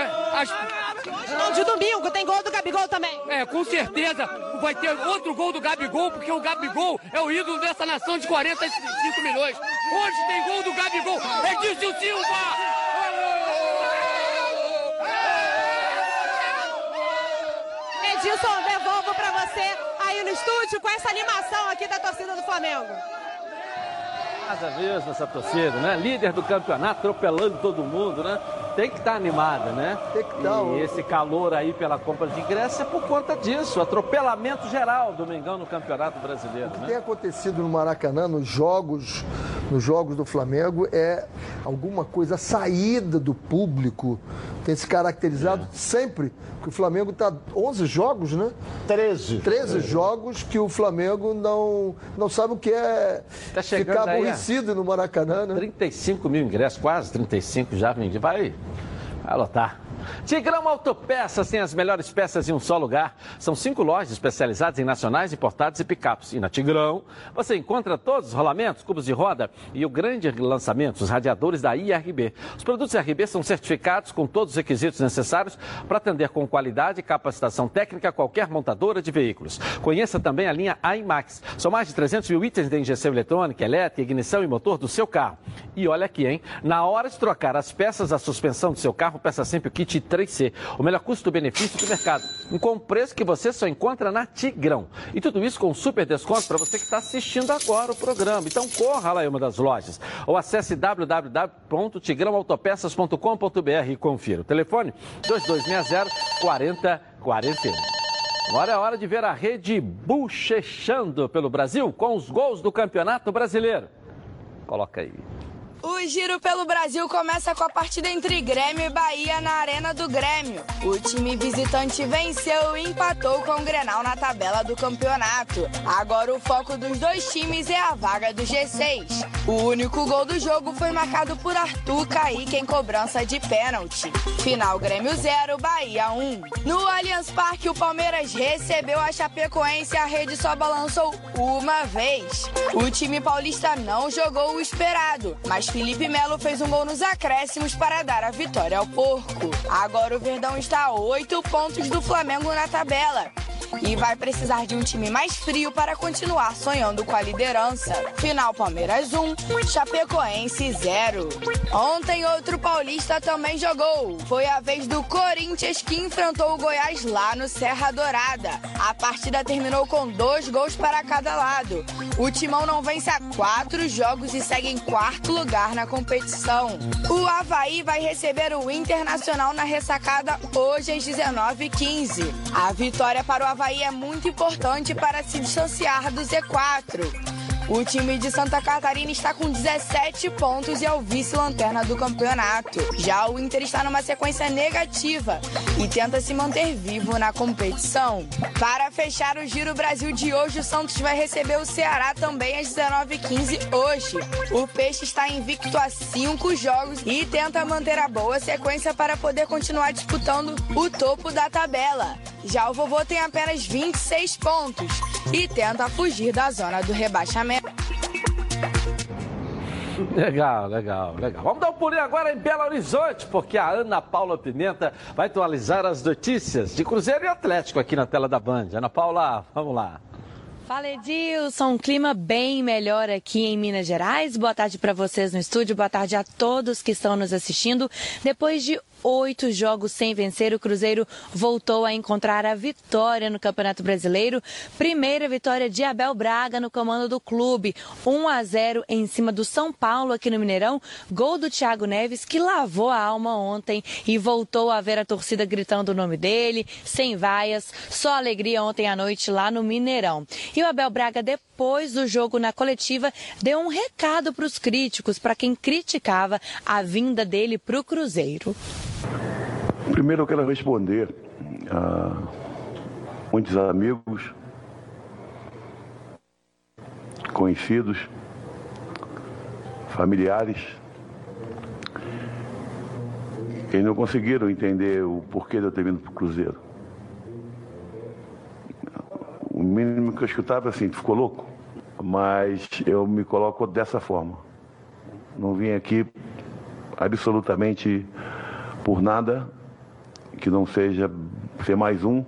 De domingo, tem gol do Gabigol também. Com certeza vai ter outro gol do Gabigol, porque o Gabigol é o ídolo dessa nação de 45 milhões. Hoje tem gol do Gabigol. Edilson Silva! Edilson, devolvo pra você aí no estúdio com essa animação aqui da torcida do Flamengo. Cada vez nessa torcida, né? Líder do campeonato, atropelando todo mundo, né? Tem que estar animada, né? Tem que estar. E esse calor aí pela compra de ingresso é por conta disso, atropelamento geral do Mengão no Campeonato Brasileiro. O que tem acontecido no Maracanã, nos jogos do Flamengo, é alguma coisa, a saída do público tem se caracterizado sempre, porque o Flamengo está 11 jogos, né? 13 jogos que o Flamengo não sabe o que é ficar aborrecido no Maracanã, né? 35 mil ingressos, quase 35 já vendidos. Vai lotar. Tigrão Autopeças tem as melhores peças em um só lugar. São 5 lojas especializadas em nacionais, importados e picapes. E na Tigrão você encontra todos os rolamentos, cubos de roda e o grande lançamento, os radiadores da IRB. Os produtos IRB são certificados com todos os requisitos necessários para atender com qualidade e capacitação técnica qualquer montadora de veículos. Conheça também a linha IMAX. São mais de 300 mil itens de injeção eletrônica, elétrica, ignição e motor do seu carro. E olha aqui, hein? Na hora de trocar as peças da suspensão do seu carro, peça sempre o kit 3C, o melhor custo-benefício do mercado, com um preço que você só encontra na Tigrão. E tudo isso com um super desconto para você que está assistindo agora o programa. Então corra lá em uma das lojas ou acesse www.tigrãoautopeças.com.br e confira. O telefone 2260-4041. Agora é hora de ver a rede bochechando pelo Brasil com os gols do Campeonato Brasileiro. Coloca aí. O giro pelo Brasil começa com a partida entre Grêmio e Bahia na Arena do Grêmio. O time visitante venceu e empatou com o Grenal na tabela do campeonato. Agora o foco dos dois times é a vaga do G6. O único gol do jogo foi marcado por Arthur Caíque em cobrança de pênalti. Final Grêmio 0, Bahia 1. No Allianz Parque, o Palmeiras recebeu a Chapecoense e a rede só balançou uma vez. O time paulista não jogou o esperado, mas Felipe Melo fez um gol nos acréscimos para dar a vitória ao Porco. Agora o Verdão está a 8 pontos do Flamengo na tabela. e vai precisar de um time mais frio para continuar sonhando com a liderança. Final Palmeiras 1, Chapecoense 0. Ontem outro paulista também jogou. Foi a vez do Corinthians que enfrentou o Goiás lá no Serra Dourada. A partida terminou com 2 gols para cada lado. O Timão não vence há 4 jogos e segue em 4º lugar na competição. O Avaí vai receber o Internacional na ressacada hoje às 19h15. A vitória para o Avaí é muito importante para se distanciar do Z4. O time de Santa Catarina está com 17 pontos e é o vice-lanterna do campeonato. Já o Inter está numa sequência negativa e tenta se manter vivo na competição. Para fechar o Giro Brasil de hoje, o Santos vai receber o Ceará também às 19h15 hoje. O Peixe está invicto a 5 jogos e tenta manter a boa sequência para poder continuar disputando o topo da tabela. Já o Vovô tem apenas 26 pontos e tenta fugir da zona do rebaixamento. Legal. Vamos dar um pulinho agora em Belo Horizonte, porque a Ana Paula Pimenta vai atualizar as notícias de Cruzeiro e Atlético aqui na tela da Band. Ana Paula, vamos lá. Fala, Edilson, um clima bem melhor aqui em Minas Gerais. Boa tarde para vocês no estúdio, boa tarde a todos que estão nos assistindo. Depois de 8 jogos sem vencer, o Cruzeiro voltou a encontrar a vitória no Campeonato Brasileiro. Primeira vitória de Abel Braga no comando do clube, 1-0 em cima do São Paulo aqui no Mineirão. Gol do Thiago Neves, que lavou a alma ontem e voltou a ver a torcida gritando o nome dele, sem vaias, só alegria ontem à noite lá no Mineirão. E o Abel Braga, depois do jogo na coletiva, deu um recado para os críticos, para quem criticava a vinda dele para o Cruzeiro. Primeiro eu quero responder a muitos amigos, conhecidos, familiares, que não conseguiram entender o porquê de eu ter vindo para o Cruzeiro. O mínimo que eu escutava assim, tu ficou louco? Mas eu me coloco dessa forma. Não vim aqui absolutamente por nada que não seja ser mais um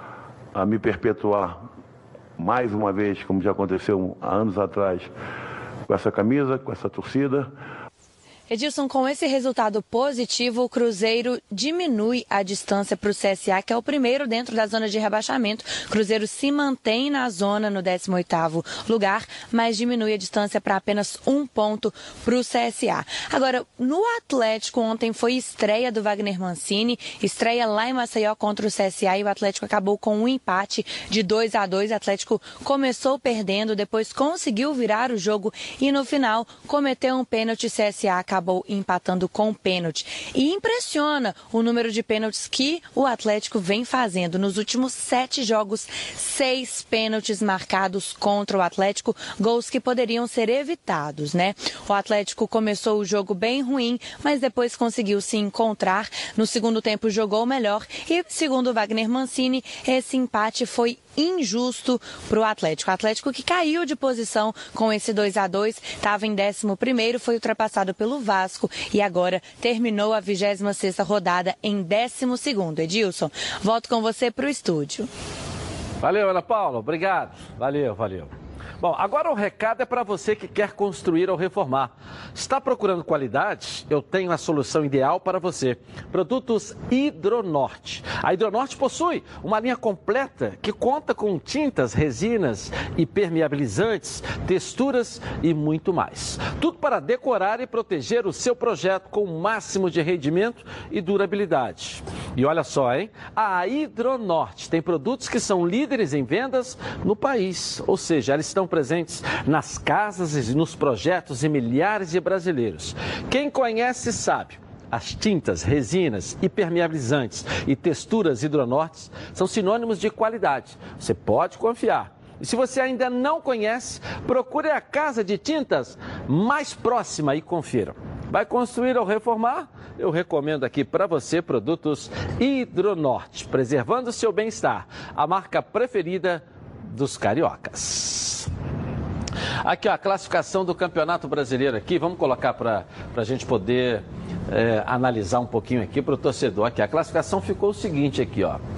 a me perpetuar mais uma vez, como já aconteceu há anos atrás, com essa camisa, com essa torcida. Edilson, com esse resultado positivo, o Cruzeiro diminui a distância para o CSA, que é o primeiro dentro da zona de rebaixamento. O Cruzeiro se mantém na zona no 18º lugar, mas diminui a distância para apenas 1 ponto para o CSA. Agora, no Atlético, ontem foi estreia do Wagner Mancini, estreia lá em Maceió contra o CSA, e o Atlético acabou com um empate de 2-2. O Atlético começou perdendo, depois conseguiu virar o jogo e no final cometeu um pênalti. O CSA acabou empatando com pênalti. E impressiona o número de pênaltis que o Atlético vem fazendo. Nos últimos 7 jogos, 6 pênaltis marcados contra o Atlético, gols que poderiam ser evitados, né? O Atlético começou o jogo bem ruim, mas depois conseguiu se encontrar. No segundo tempo jogou melhor e, segundo o Wagner Mancini, esse empate foi injusto para o Atlético. O Atlético que caiu de posição com esse 2-2, estava em 11º, foi ultrapassado pelo Vasco e agora terminou a 26ª rodada em 12º. Edilson, volto com você para o estúdio. Valeu, Ana Paula, obrigado. Valeu. Bom, agora o recado é para você que quer construir ou reformar. Está procurando qualidade? Eu tenho a solução ideal para você. Produtos Hidronorte. A Hidronorte possui uma linha completa que conta com tintas, resinas, impermeabilizantes, texturas e muito mais. Tudo para decorar e proteger o seu projeto com o máximo de rendimento e durabilidade. E olha só, hein? A Hidronorte tem produtos que são líderes em vendas no país. Ou seja, eles estão presentes nas casas e nos projetos de milhares de brasileiros. Quem conhece sabe. As tintas, resinas, impermeabilizantes e texturas Hidronorte são sinônimos de qualidade. Você pode confiar. E se você ainda não conhece, procure a casa de tintas mais próxima e confira. Vai construir ou reformar? Eu recomendo aqui para você produtos Hidronorte, preservando o seu bem-estar. A marca preferida dos cariocas. Aqui, ó, a classificação do Campeonato Brasileiro aqui. Vamos colocar para a gente poder analisar um pouquinho aqui para o torcedor. Aqui, a classificação ficou o seguinte aqui, ó.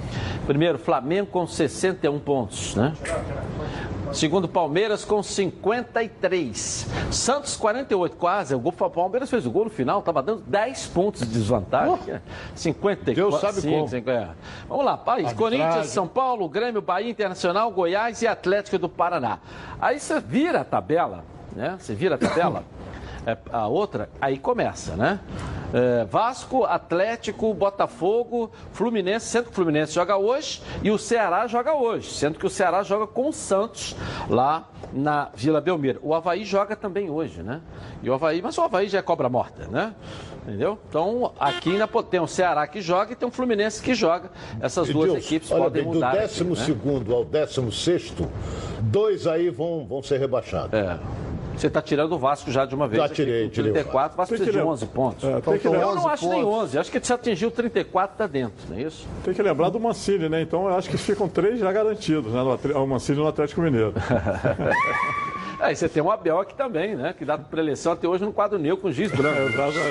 Primeiro, Flamengo com 61 pontos, né? Segundo, Palmeiras com 53. Santos, 48, quase. O Palmeiras fez o gol no final, estava dando 10 pontos de desvantagem. 54. Deus sabe como. Vamos lá, país. Corinthians, São Paulo, Grêmio, Bahia, Internacional, Goiás e Atlético do Paraná. Aí você vira a tabela, né? Você vira a tabela. A outra, aí começa, né? Vasco, Atlético, Botafogo, Fluminense, sendo que o Fluminense joga hoje e o Ceará joga hoje, sendo que o Ceará joga com o Santos lá na Vila Belmiro. O Avaí joga também hoje, né? E o Avaí, mas o Avaí já é cobra morta, né? Entendeu? Então, aqui ainda tem o Ceará que joga e tem o Fluminense que joga. Essas duas equipes podem mudar. Do 12º ao 16º, 2 aí vão ser rebaixados. Você está tirando o Vasco já de uma vez. Já tirei. 34, o Vasco precisa de 11 pontos. Eu não acho nem 11, acho que se atingiu 34, está dentro, não é isso? Tem que lembrar do Mancini, né? Então eu acho que ficam 3 já garantidos, né? O Mancini no Atlético Mineiro. E você tem o Abel aqui também, né? Que dá para eleição até hoje no quadro negro com giz branco.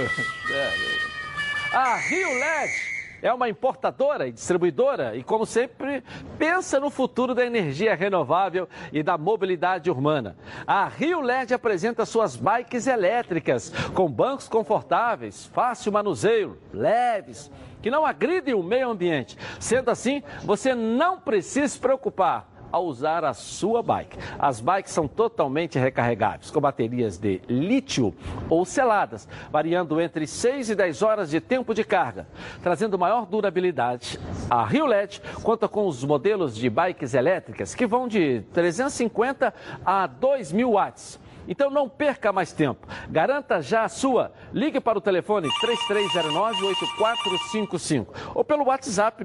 A Rio LED é uma importadora e distribuidora e, como sempre, pensa no futuro da energia renovável e da mobilidade urbana. A Rio LED apresenta suas bikes elétricas com bancos confortáveis, fácil manuseio, leves, que não agridem o meio ambiente. Sendo assim, você não precisa se preocupar ao usar a sua bike. As bikes são totalmente recarregáveis, com baterias de lítio ou seladas, variando entre 6 e 10 horas de tempo de carga, trazendo maior durabilidade. A Rio LED conta com os modelos de bikes elétricas que vão de 350 a 2.000 watts. Então não perca mais tempo. Garanta já a sua. Ligue para o telefone 3309-8455 ou pelo WhatsApp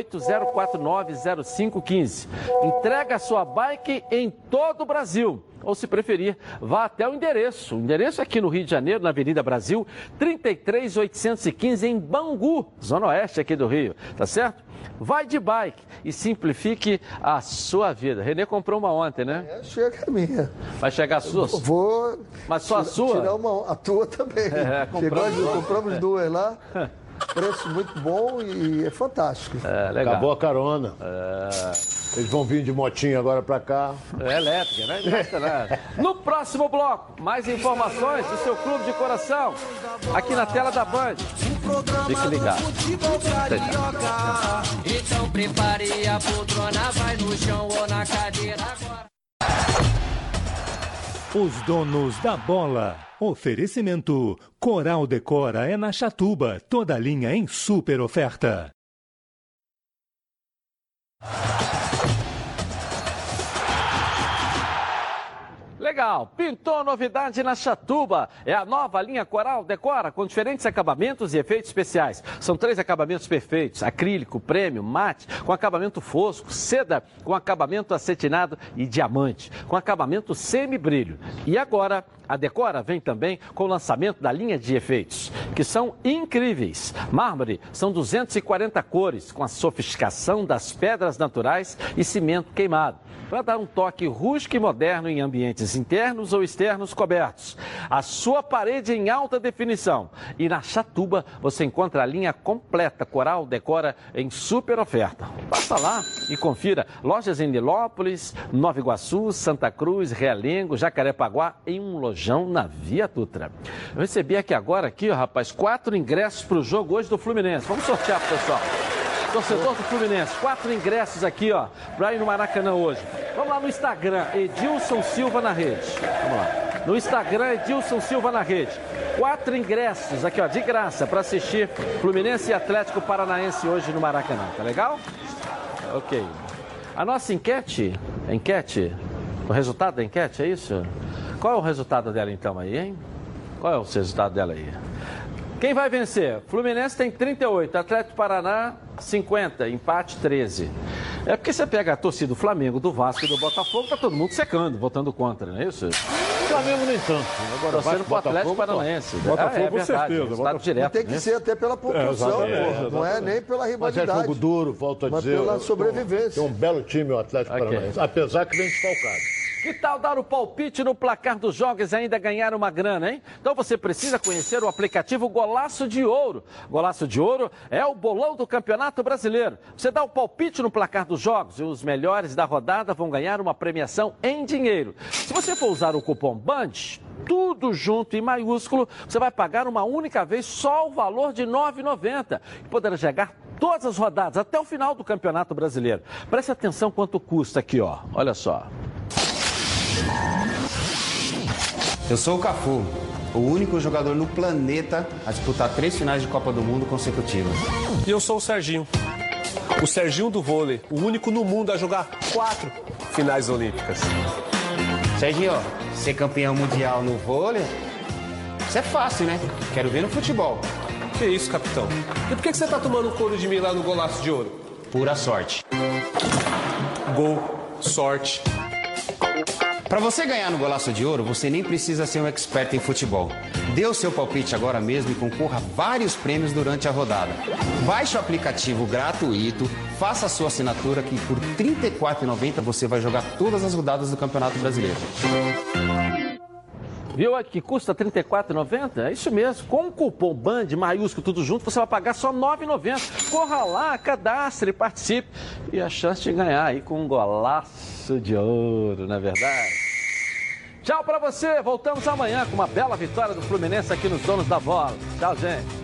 980490515. Entrega a sua bike em todo o Brasil. Ou, se preferir, vá até o endereço. O endereço é aqui no Rio de Janeiro, na Avenida Brasil, 33815, em Bangu, Zona Oeste aqui do Rio. Tá certo? Vai de bike e simplifique a sua vida. Renê comprou uma ontem, né? Chega a minha. Vai chegar a sua? Vou. Mas só a sua? Tirar a tua também. Compramos 2 lá. Preço muito bom e é fantástico. Legal. Acabou a carona. Eles vão vir de motinha agora pra cá. Elétrica, né? Não gasta nada. No próximo bloco, mais informações do seu clube de coração. Aqui na tela da Band. Fique ligado. Então prepare a poltrona, vai no chão ou na cadeira agora. Os donos da bola. Oferecimento. Coral Decora é na Chatuba. Toda linha em super oferta. Legal, pintou novidade na Chatuba. É a nova linha Coral Decora com diferentes acabamentos e efeitos especiais. São 3 acabamentos perfeitos: acrílico, prêmio, mate, com acabamento fosco, seda com acabamento acetinado e diamante, com acabamento semi-brilho. E agora, a Decora vem também com o lançamento da linha de efeitos, que são incríveis. Mármore são 240 cores, com a sofisticação das pedras naturais e cimento queimado, para dar um toque rústico e moderno em ambientes internos ou externos cobertos. A sua parede em alta definição. E na Chatuba você encontra a linha completa Coral Decora em super oferta. Passa lá e confira. Lojas em Nilópolis, Nova Iguaçu, Santa Cruz, Realengo, Jacarepaguá, em um lojão na Via Dutra. Eu recebi aqui, rapaz, 4 ingressos para o jogo hoje do Fluminense. Vamos sortear pro pessoal. Torcedor do Fluminense, 4 ingressos aqui, para ir no Maracanã hoje. Vamos lá no Instagram, Edilson Silva na rede. Vamos lá. No Instagram, Edilson Silva na rede. 4 ingressos aqui, de graça, para assistir Fluminense e Atlético Paranaense hoje no Maracanã. Tá legal? Ok. A nossa enquete, o resultado da enquete, é isso? Qual é o resultado dela então aí, hein? Qual é o resultado dela aí? Quem vai vencer? Fluminense tem 38, Atlético Paraná 50, empate 13. É porque você pega a torcida do Flamengo, do Vasco e do Botafogo, tá todo mundo secando, votando contra, não é isso? Flamengo nem tanto. Agora torcendo pro Atlético Paranaense. Botafogo com certeza. Botafogo direto, tem que ser até pela pontuação, não é nem pela rivalidade. Mas é jogo duro, volto a dizer. Mas pela sobrevivência. Tem um belo time o Atlético Paranaense, apesar que vem desfalcado. Que tal dar o palpite no placar dos jogos e ainda ganhar uma grana, hein? Então você precisa conhecer o aplicativo Golaço de Ouro. Golaço de Ouro é o bolão do Campeonato Brasileiro. Você dá o palpite no placar dos jogos e os melhores da rodada vão ganhar uma premiação em dinheiro. Se você for usar o cupom BAND, tudo junto em maiúsculo, você vai pagar uma única vez só o valor de R$ 9,90 e poderá jogar todas as rodadas até o final do Campeonato Brasileiro. Preste atenção quanto custa aqui, ó. Olha só. Eu sou o Cafu, o único jogador no planeta a disputar 3 finais de Copa do Mundo consecutivas. E eu sou o Serginho do vôlei, o único no mundo a jogar 4 finais olímpicas. Serginho, ser campeão mundial no vôlei, isso é fácil, né? Quero ver no futebol. Que isso, capitão? E por que você tá tomando couro de mim lá no Golaço de Ouro? Pura sorte. Gol, sorte. Para você ganhar no Golaço de Ouro, você nem precisa ser um expert em futebol. Dê o seu palpite agora mesmo e concorra a vários prêmios durante a rodada. Baixe o aplicativo gratuito, faça a sua assinatura que por R$ 34,90 você vai jogar todas as rodadas do Campeonato Brasileiro. Viu que custa R$ 34,90? É isso mesmo. Com o cupom BAND, maiúsculo, tudo junto, você vai pagar só R$ 9,90. Corra lá, cadastre, participe. E a chance de ganhar aí com um Golaço de Ouro, não é verdade? Tchau pra você. Voltamos amanhã com uma bela vitória do Fluminense aqui nos Donos da Bola. Tchau, gente.